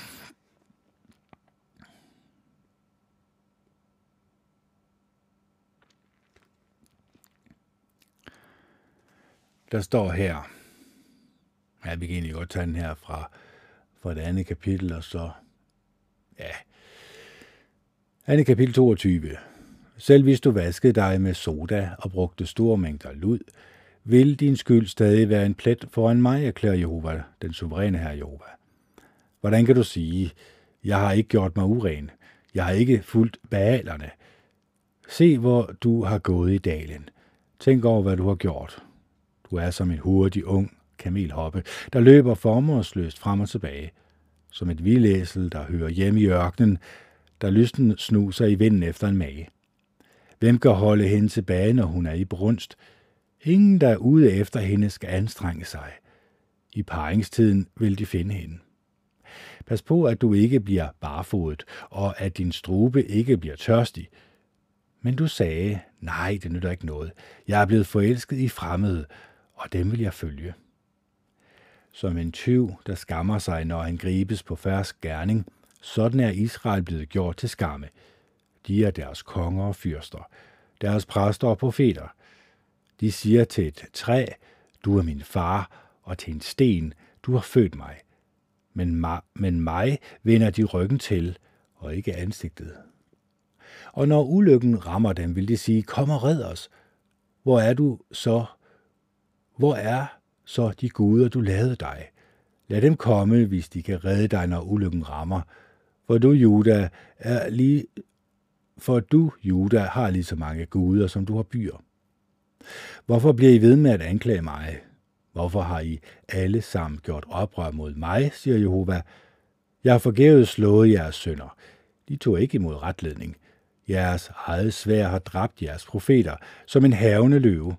Der står her, ja, vi kan egentlig godt tage den her fra, fra det andet kapitel, og så, ja, andet kapitel toogtyve. Selv hvis du vaskede dig med soda og brugte store mængder lud, vil din skyld stadig være en plet foran mig, erklærer Jehova, den suveræne herre Jehova. Hvordan kan du sige, jeg har ikke gjort mig uren, jeg har ikke fulgt baalerne? Se, hvor du har gået i dalen. Tænk over, hvad du har gjort. Du er som en hurtig, ung kamelhoppe, der løber formålsløst frem og tilbage. Som et vildæsel, der hører hjemme i ørkenen, der lysten snuser i vinden efter en mage. Hvem kan holde hende tilbage, når hun er i brunst? Ingen, der er ude efter hende, skal anstrenge sig. I paringstiden vil de finde hende. Pas på, at du ikke bliver barfodet, og at din strube ikke bliver tørstig. Men du sagde, nej, det nytter ikke noget. Jeg er blevet forelsket i fremmede, og dem vil jeg følge. Som en tyv, der skammer sig, når han gribes på fersk gerning, sådan er Israel blevet gjort til skamme. De er deres konger og fyrster, deres præster og profeter. De siger til et træ, du er min far, og til en sten, du har født mig. Men, ma- men mig vender de ryggen til, og ikke ansigtet. Og når ulykken rammer dem, vil de sige, kom og red os. Hvor er du så? Hvor er så de guder, du lavede dig? Lad dem komme, hvis de kan redde dig, når ulykken rammer. For du, Juda, er lige... For du, Juda, har lige så mange guder, som du har byer. Hvorfor bliver I ved med at anklage mig? Hvorfor har I alle sammen gjort oprør mod mig, siger Jehova. Jeg har forgæves slået jeres sønner. De tog ikke imod retledning. Jeres eget sværd har dræbt jeres profeter, som en hærgende løve.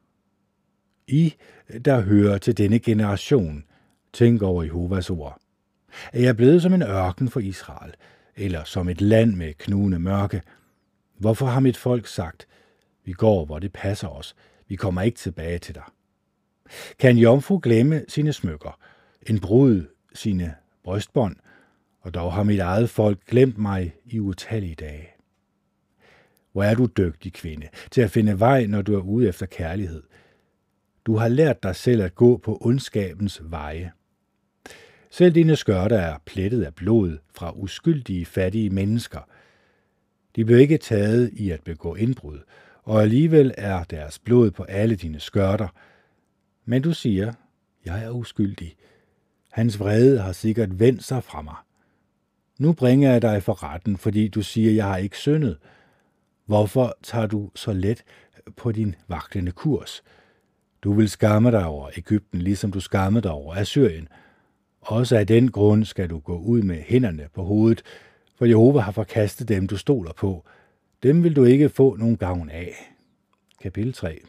I, der hører til denne generation, tænk over Jehovas ord. Er jeg blevet som en ørken for Israel, eller som et land med knugende mørke? Hvorfor har mit folk sagt, vi går, hvor det passer os, vi kommer ikke tilbage til dig? Kan en jomfru glemme sine smykker, en brud sine brystbånd, og dog har mit eget folk glemt mig i utallige dage. Hvor er du dygtig, kvinde, til at finde vej, når du er ude efter kærlighed. Du har lært dig selv at gå på ondskabens veje. Selv dine skørter er plettet af blod fra uskyldige, fattige mennesker. De blev ikke taget i at begå indbrud, og alligevel er deres blod på alle dine skørter. Men du siger, jeg er uskyldig. Hans vrede har sikkert vendt sig fra mig. Nu bringer jeg dig for retten, fordi du siger, jeg har ikke syndet. Hvorfor tager du så let på din vaklende kurs? Du vil skamme dig over Egypten, ligesom du skammede dig over Assyrien. Også af den grund skal du gå ud med hænderne på hovedet, for Jehova har forkastet dem, du stoler på. Dem vil du ikke få nogen gavn af. Kapitel tre.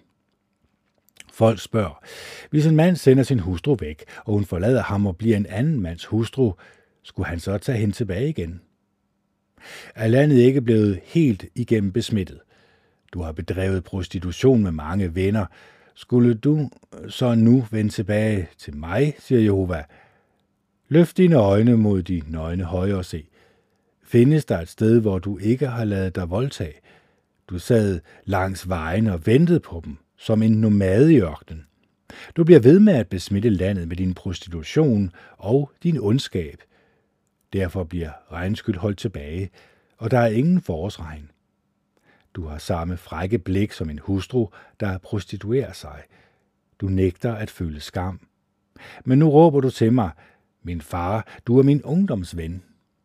Folk spørger, hvis en mand sender sin hustru væk, og hun forlader ham og bliver en anden mands hustru, skulle han så tage hende tilbage igen? Er landet ikke blevet helt igennem besmittet? Du har bedrevet prostitution med mange venner. Skulle du så nu vende tilbage til mig, siger Jehova. Løft dine øjne mod de nøgne høje og se. Findes der et sted, hvor du ikke har ladet dig voldtage? Du sad langs vejen og ventede på dem, som en nomade i ørkenen. Du bliver ved med at besmitte landet med din prostitution og din ondskab. Derfor bliver regnskyld holdt tilbage, og der er ingen forårsregn. Du har samme frække blik som en hustru, der prostituerer sig. Du nægter at føle skam. Men nu råber du til mig, min far, du er min ungdomsven.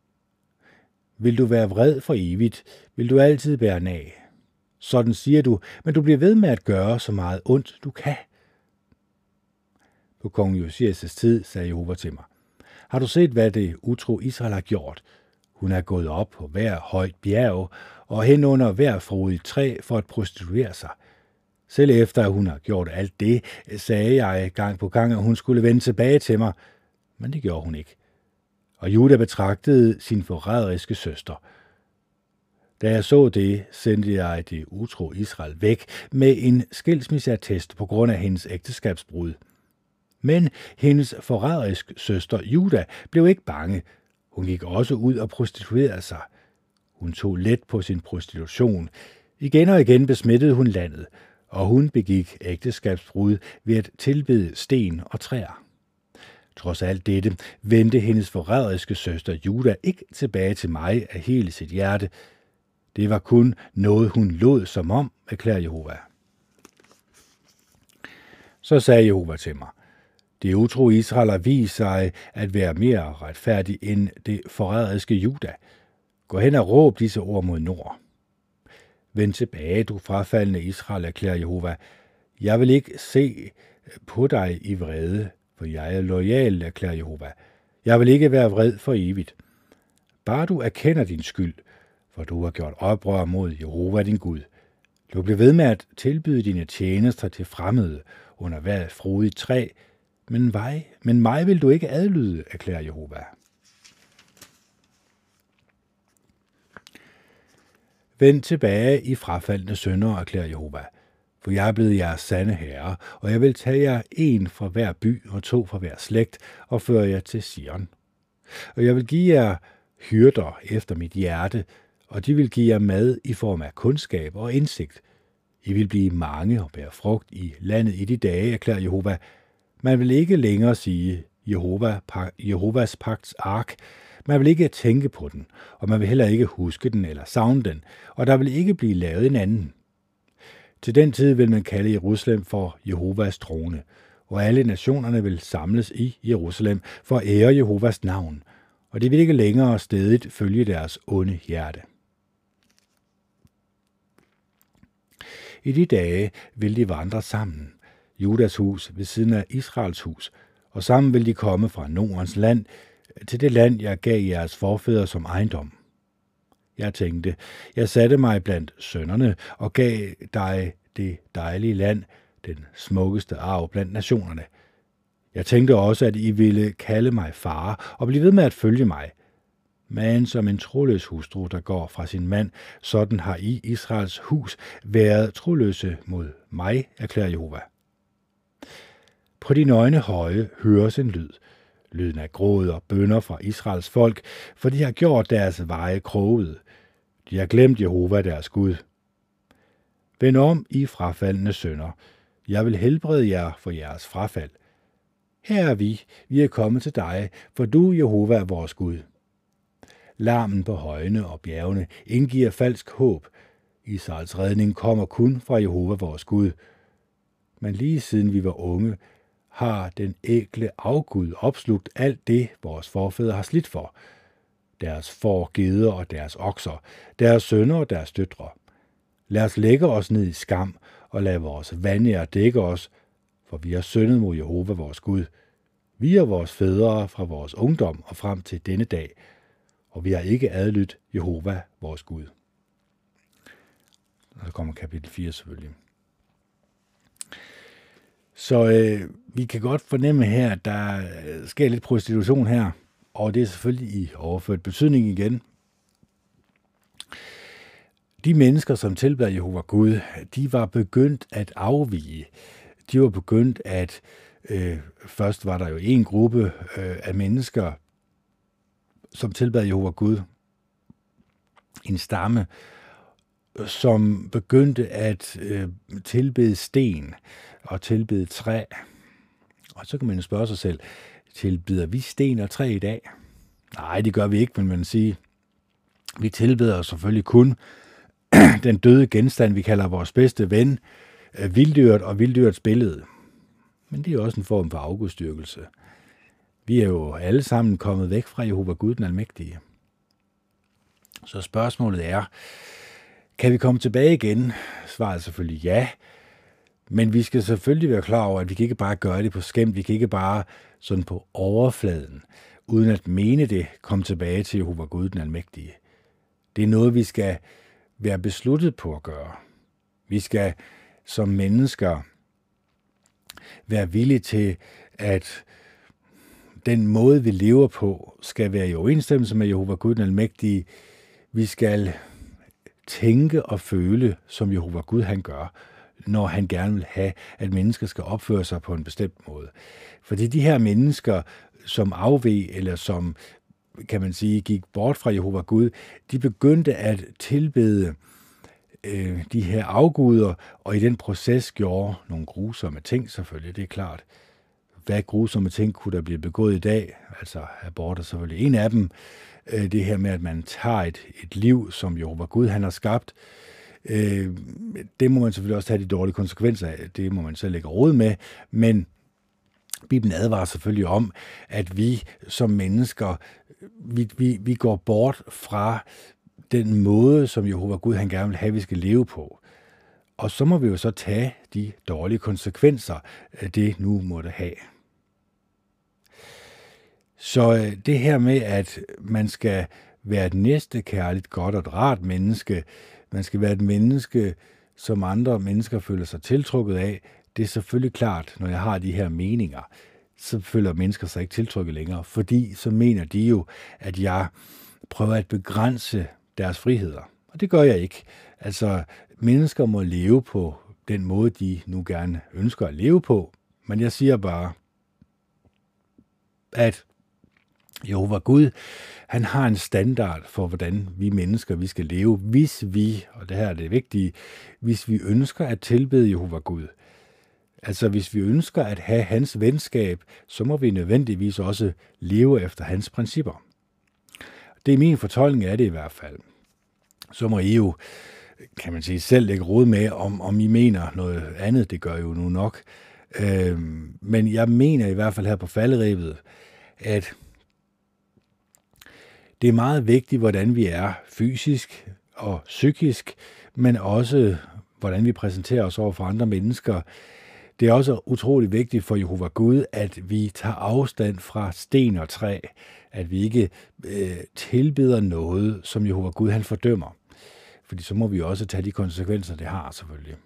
Vil du være vred for evigt, vil du altid bære nag. Sådan siger du, men du bliver ved med at gøre så meget ondt, du kan. På kong Josias' tid sagde Jehova til mig, har du set, hvad det utro Israel har gjort? Hun er gået op på hver højt bjerg og hen under hver frodigt træ for at prostituere sig. Selv efter at hun har gjort alt det, sagde jeg gang på gang, at hun skulle vende tilbage til mig, men det gjorde hun ikke. Og Juda betragtede sin forræderiske søster. Da jeg så det, sendte jeg det utro Israel væk med en skilsmisseattest på grund af hendes ægteskabsbrud. Men hendes forræderiske søster Juda blev ikke bange. Hun gik også ud og prostituerede sig. Hun tog let på sin prostitution. Igen og igen besmittede hun landet, og hun begik ægteskabsbrud ved at tilbede sten og træer. Trods alt dette vendte hendes forræderiske søster Juda ikke tilbage til mig af hele sit hjerte. Det var kun noget, hun lod som om, erklærer Jehova. Så sagde Jehova til mig: det utro Israel har vist sig at være mere retfærdig end det forræderiske Juda. Gå hen og råb disse ord mod nord. Vend tilbage, du frafaldende Israel, erklærer Jehova. Jeg vil ikke se på dig i vrede, for jeg er loyal, erklærer Jehova. Jeg vil ikke være vred for evigt. Bare du erkender din skyld, for du har gjort oprør mod Jehova din Gud. Du bliver ved med at tilbyde dine tjenester til fremmede under hver frodigt træ, men mig, men mig vil du ikke adlyde, erklærer Jehova. Vend tilbage i frafaldne sønder, erklærer Jehova, for jeg er blevet jeres sande herre, og jeg vil tage jer en fra hver by og to fra hver slægt og føre jer til Sion. Og jeg vil give jer hyrder efter mit hjerte, og de vil give jer mad i form af kundskab og indsigt. I vil blive mange og bære frugt i landet i de dage, erklærer Jehova. Man vil ikke længere sige Jehova, Jehovas pagts ark. Man vil ikke tænke på den, og man vil heller ikke huske den eller savne den, og der vil ikke blive lavet en anden. Til den tid vil man kalde Jerusalem for Jehovas trone, og alle nationerne vil samles i Jerusalem for at ære Jehovas navn, og de vil ikke længere stædigt følge deres onde hjerte. I de dage vil de vandre sammen, Judas hus ved siden af Israels hus, og sammen vil de komme fra Nordens land til det land, jeg gav jeres forfædre som ejendom. Jeg tænkte, jeg satte mig blandt sønnerne og gav dig det dejlige land, den smukkeste arv blandt nationerne. Jeg tænkte også, at I ville kalde mig far og blive ved med at følge mig. Men som en troløs hustru, der går fra sin mand, sådan har I, Israels hus, været troløse mod mig, erklærer Jehova. På de nøgne høje høres en lyd, lyden af gråd og bønner fra Israels folk, for de har gjort deres veje krogede. De har glemt Jehova deres Gud. Vend om, I frafaldne sønner. Jeg vil helbrede jer for jeres frafald. Her er vi, vi er kommet til dig, for du, Jehova, er vores Gud. Larmen på højene og bjergene indgiver falsk håb. Israels redning kommer kun fra Jehova, vores Gud. Men lige siden vi var unge, har den ækle afgud opslugt alt det, vores forfædre har slidt for. Deres får, geder og deres okser, deres sønner og deres døtre. Lad os lægge os ned i skam og lad vores vandære dække os, for vi har syndet mod Jehova, vores Gud. Vi er vores fædre fra vores ungdom og frem til denne dag, og vi har ikke adlydt Jehova, vores Gud. Og så kommer kapitel fire selvfølgelig. Så øh, vi kan godt fornemme her, at der sker lidt prostitution her, og det er selvfølgelig i overført betydning igen. De mennesker, som tilbad Jehova Gud, de var begyndt at afvige. De var begyndt at, øh, først var der jo en gruppe øh, af mennesker, som tilbad Jehova Gud, en stamme, som begyndte at øh, tilbede sten og tilbede træ. Og så kan man spørge sig selv, tilbeder vi sten og træ i dag? Nej, det gør vi ikke, vil man sige. Vi tilbeder selvfølgelig kun den døde genstand, vi kalder vores bedste ven, vilddyret og vilddyrets billede. Men det er også en form for afgudstyrkelse. Vi er jo alle sammen kommet væk fra Jehova Gud, den almægtige. Så spørgsmålet er, kan vi komme tilbage igen? Svaret er selvfølgelig ja. Men vi skal selvfølgelig være klar over, at vi kan ikke bare gøre det på skæmt. Vi kan ikke bare sådan på overfladen, uden at mene det, komme tilbage til Jehova Gud, den almægtige. Det er noget, vi skal være besluttet på at gøre. Vi skal som mennesker være villige til, at den måde, vi lever på, skal være i overensstemmelse med Jehova Gud, den almægtige. Vi skal tænke og føle, som Jehova Gud han gør, når han gerne vil have, at mennesker skal opføre sig på en bestemt måde. Fordi de her mennesker, som afveg, eller som, kan man sige, gik bort fra Jehova Gud, de begyndte at tilbede øh, de her afguder, og i den proces gjorde nogle grusomme ting selvfølgelig, det er klart. Hvad grusomme ting kunne der blive begået i dag? Altså abort er selvfølgelig en af dem. Det her med, at man tager et, et liv, som Jehova Gud han har skabt, Øh, det må man selvfølgelig også tage de dårlige konsekvenser af. Det må man selv ikke råd med, men Bibelen advarer selvfølgelig om, at vi som mennesker, vi, vi, vi går bort fra den måde, som Jehova Gud han gerne vil have, vi skal leve på. Og så må vi jo så tage de dårlige konsekvenser, det nu måtte have. Så det her med, at man skal være et næstekærligt, godt og et rart menneske, man skal være et menneske, som andre mennesker føler sig tiltrukket af, det er selvfølgelig klart, når jeg har de her meninger, så føler mennesker sig ikke tiltrukket længere, fordi så mener de jo, at jeg prøver at begrænse deres friheder. Og det gør jeg ikke. Altså, mennesker må leve på den måde, de nu gerne ønsker at leve på, men jeg siger bare, at Jehova Gud, han har en standard for, hvordan vi mennesker vi skal leve, hvis vi, og det her er det vigtige, hvis vi ønsker at tilbede Jehova Gud. Altså hvis vi ønsker at have hans venskab, så må vi nødvendigvis også leve efter hans principper. Det er min fortolkning af det i hvert fald. Så må I jo, kan man sige, selv lægge råd med, om, om I mener noget andet. Det gør I jo nu nok. Øhm, men jeg mener i hvert fald her på falderebet, at det er meget vigtigt, hvordan vi er fysisk og psykisk, men også hvordan vi præsenterer os over for andre mennesker. Det er også utrolig vigtigt for Jehova Gud, at vi tager afstand fra sten og træ, at vi ikke øh, tilbeder noget, som Jehova Gud han fordømmer. Fordi så må vi også tage de konsekvenser, det har selvfølgelig.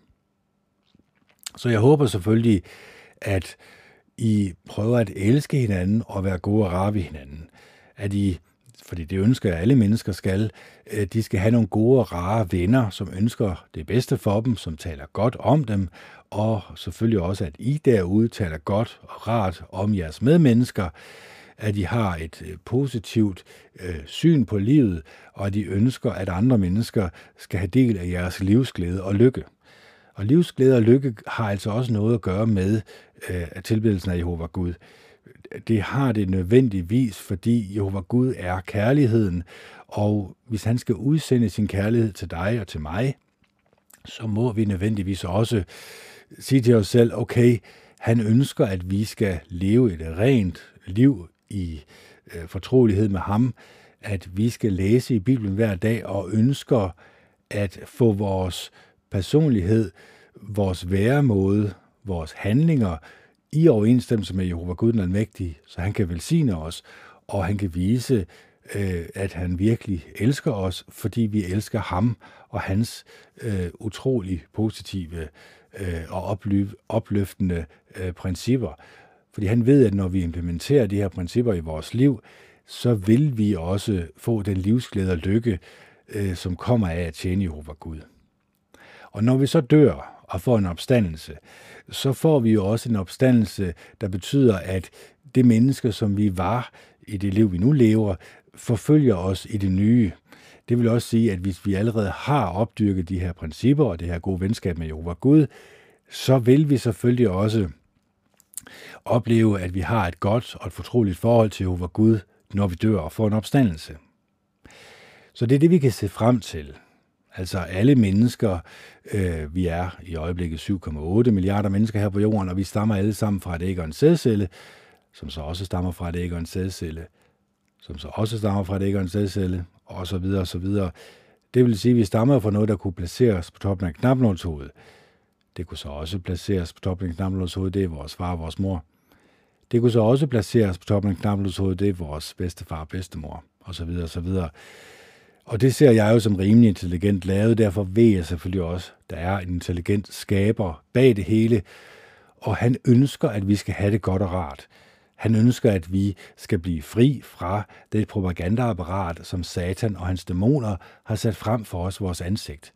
Så jeg håber selvfølgelig, at I prøver at elske hinanden og være gode og rare ved hinanden. At I, fordi det ønsker jeg, alle mennesker skal, de skal have nogle gode og rare venner, som ønsker det bedste for dem, som taler godt om dem, og selvfølgelig også, at I derude taler godt og rart om jeres medmennesker, at I har et positivt øh, syn på livet, og at I ønsker, at andre mennesker skal have del af jeres livsglæde og lykke. Og livsglæde og lykke har altså også noget at gøre med øh, tilbedelsen af Jehova Gud. Det har det nødvendigvis, fordi Jehova Gud er kærligheden, og hvis han skal udsende sin kærlighed til dig og til mig, så må vi nødvendigvis også sige til os selv, okay, han ønsker, at vi skal leve et rent liv i øh, fortrolighed med ham, at vi skal læse i Bibelen hver dag og ønsker at få vores personlighed, vores væremåde, vores handlinger i overensstemmelse med Jehova Gud den Almægtige, så han kan velsigne os, og han kan vise, øh, at han virkelig elsker os, fordi vi elsker ham og hans øh, utrolig positive øh, og oply- opløftende øh, principper. Fordi han ved, at når vi implementerer de her principper i vores liv, så vil vi også få den livsglæde og lykke, øh, som kommer af at tjene Jehova Gud. Og når vi så dør og får en opstandelse, så får vi jo også en opstandelse, der betyder, at det menneske, som vi var i det liv, vi nu lever, forfølger os i det nye. Det vil også sige, at hvis vi allerede har opdyrket de her principper og det her gode venskab med Jehova Gud, så vil vi selvfølgelig også opleve, at vi har et godt og et fortroligt forhold til Jehova Gud, når vi dør og får en opstandelse. Så det er det, vi kan se frem til. Altså alle mennesker, øh, vi er i øjeblikket syv komma otte milliarder mennesker her på jorden, og vi stammer alle sammen fra et æg og en sædcelle, som så også stammer fra et æg og en sædcelle, som så også stammer fra et æg og en sædcelle, og så videre og så videre. Det vil sige, at vi stammer fra noget, der kunne placeres på toppen af knapnålshovedet. Det kunne så også placeres på toppen af knapnålshovedet, det er vores far og vores mor. Det kunne så også placeres på toppen af knapnålshovedet, det er vores bedstefar og bedstemor, og så videre og så videre. Og det ser jeg jo som rimelig intelligent lavet, derfor ved jeg selvfølgelig også, at der er en intelligent skaber bag det hele, og han ønsker, at vi skal have det godt og rart. Han ønsker, at vi skal blive fri fra det propagandaapparat, som Satan og hans dæmoner har sat frem for os vores ansigt.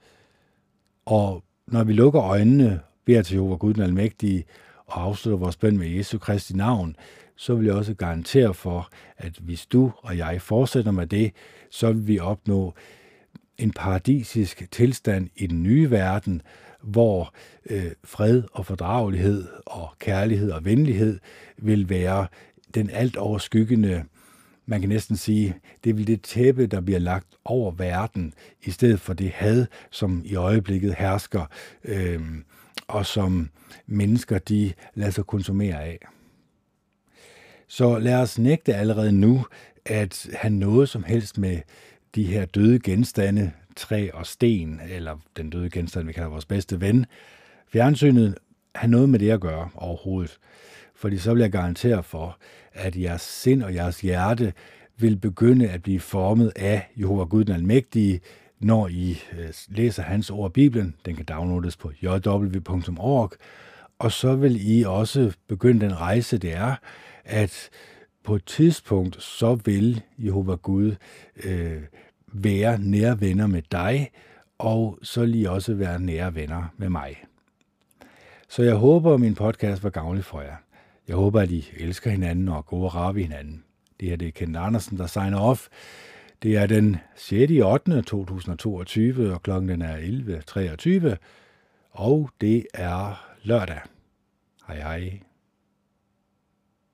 Og når vi lukker øjnene, beder til Jehova Gud den Almægtige og afslutter vores bøn med Jesu Kristi navn, så vil jeg også garantere for, at hvis du og jeg fortsætter med det, så vil vi opnå en paradisisk tilstand i den nye verden, hvor øh, fred og fordragelighed og kærlighed og venlighed vil være den alt overskyggende man kan næsten sige, det er vel det tæppe, der bliver lagt over verden, i stedet for det had, som i øjeblikket hersker, øh, og som mennesker de lader sig konsumere af. Så lad os nægte allerede nu, at have noget som helst med de her døde genstande, træ og sten, eller den døde genstand, vi kalder vores bedste ven, fjernsynet, have noget med det at gøre overhovedet. Fordi så vil jeg garantere for, at jeres sind og jeres hjerte vil begynde at blive formet af Jehova Gud den Almægtige, når I læser hans ord i Bibelen. Den kan downloades på j w punktum org. Og så vil I også begynde den rejse, det er, at på et tidspunkt, så vil Jehova Gud øh, være nære venner med dig, og så vil I også være nære venner med mig. Så jeg håber, at min podcast var gavnlig for jer. Jeg håber, at I elsker hinanden og går og rager ved hinanden. Det her det er Kent Andersen, der signer off. Det er den sjette ottende to tusind toogtyve, og klokken den er elleve treogtyve, og det er lørdag. Hej hej.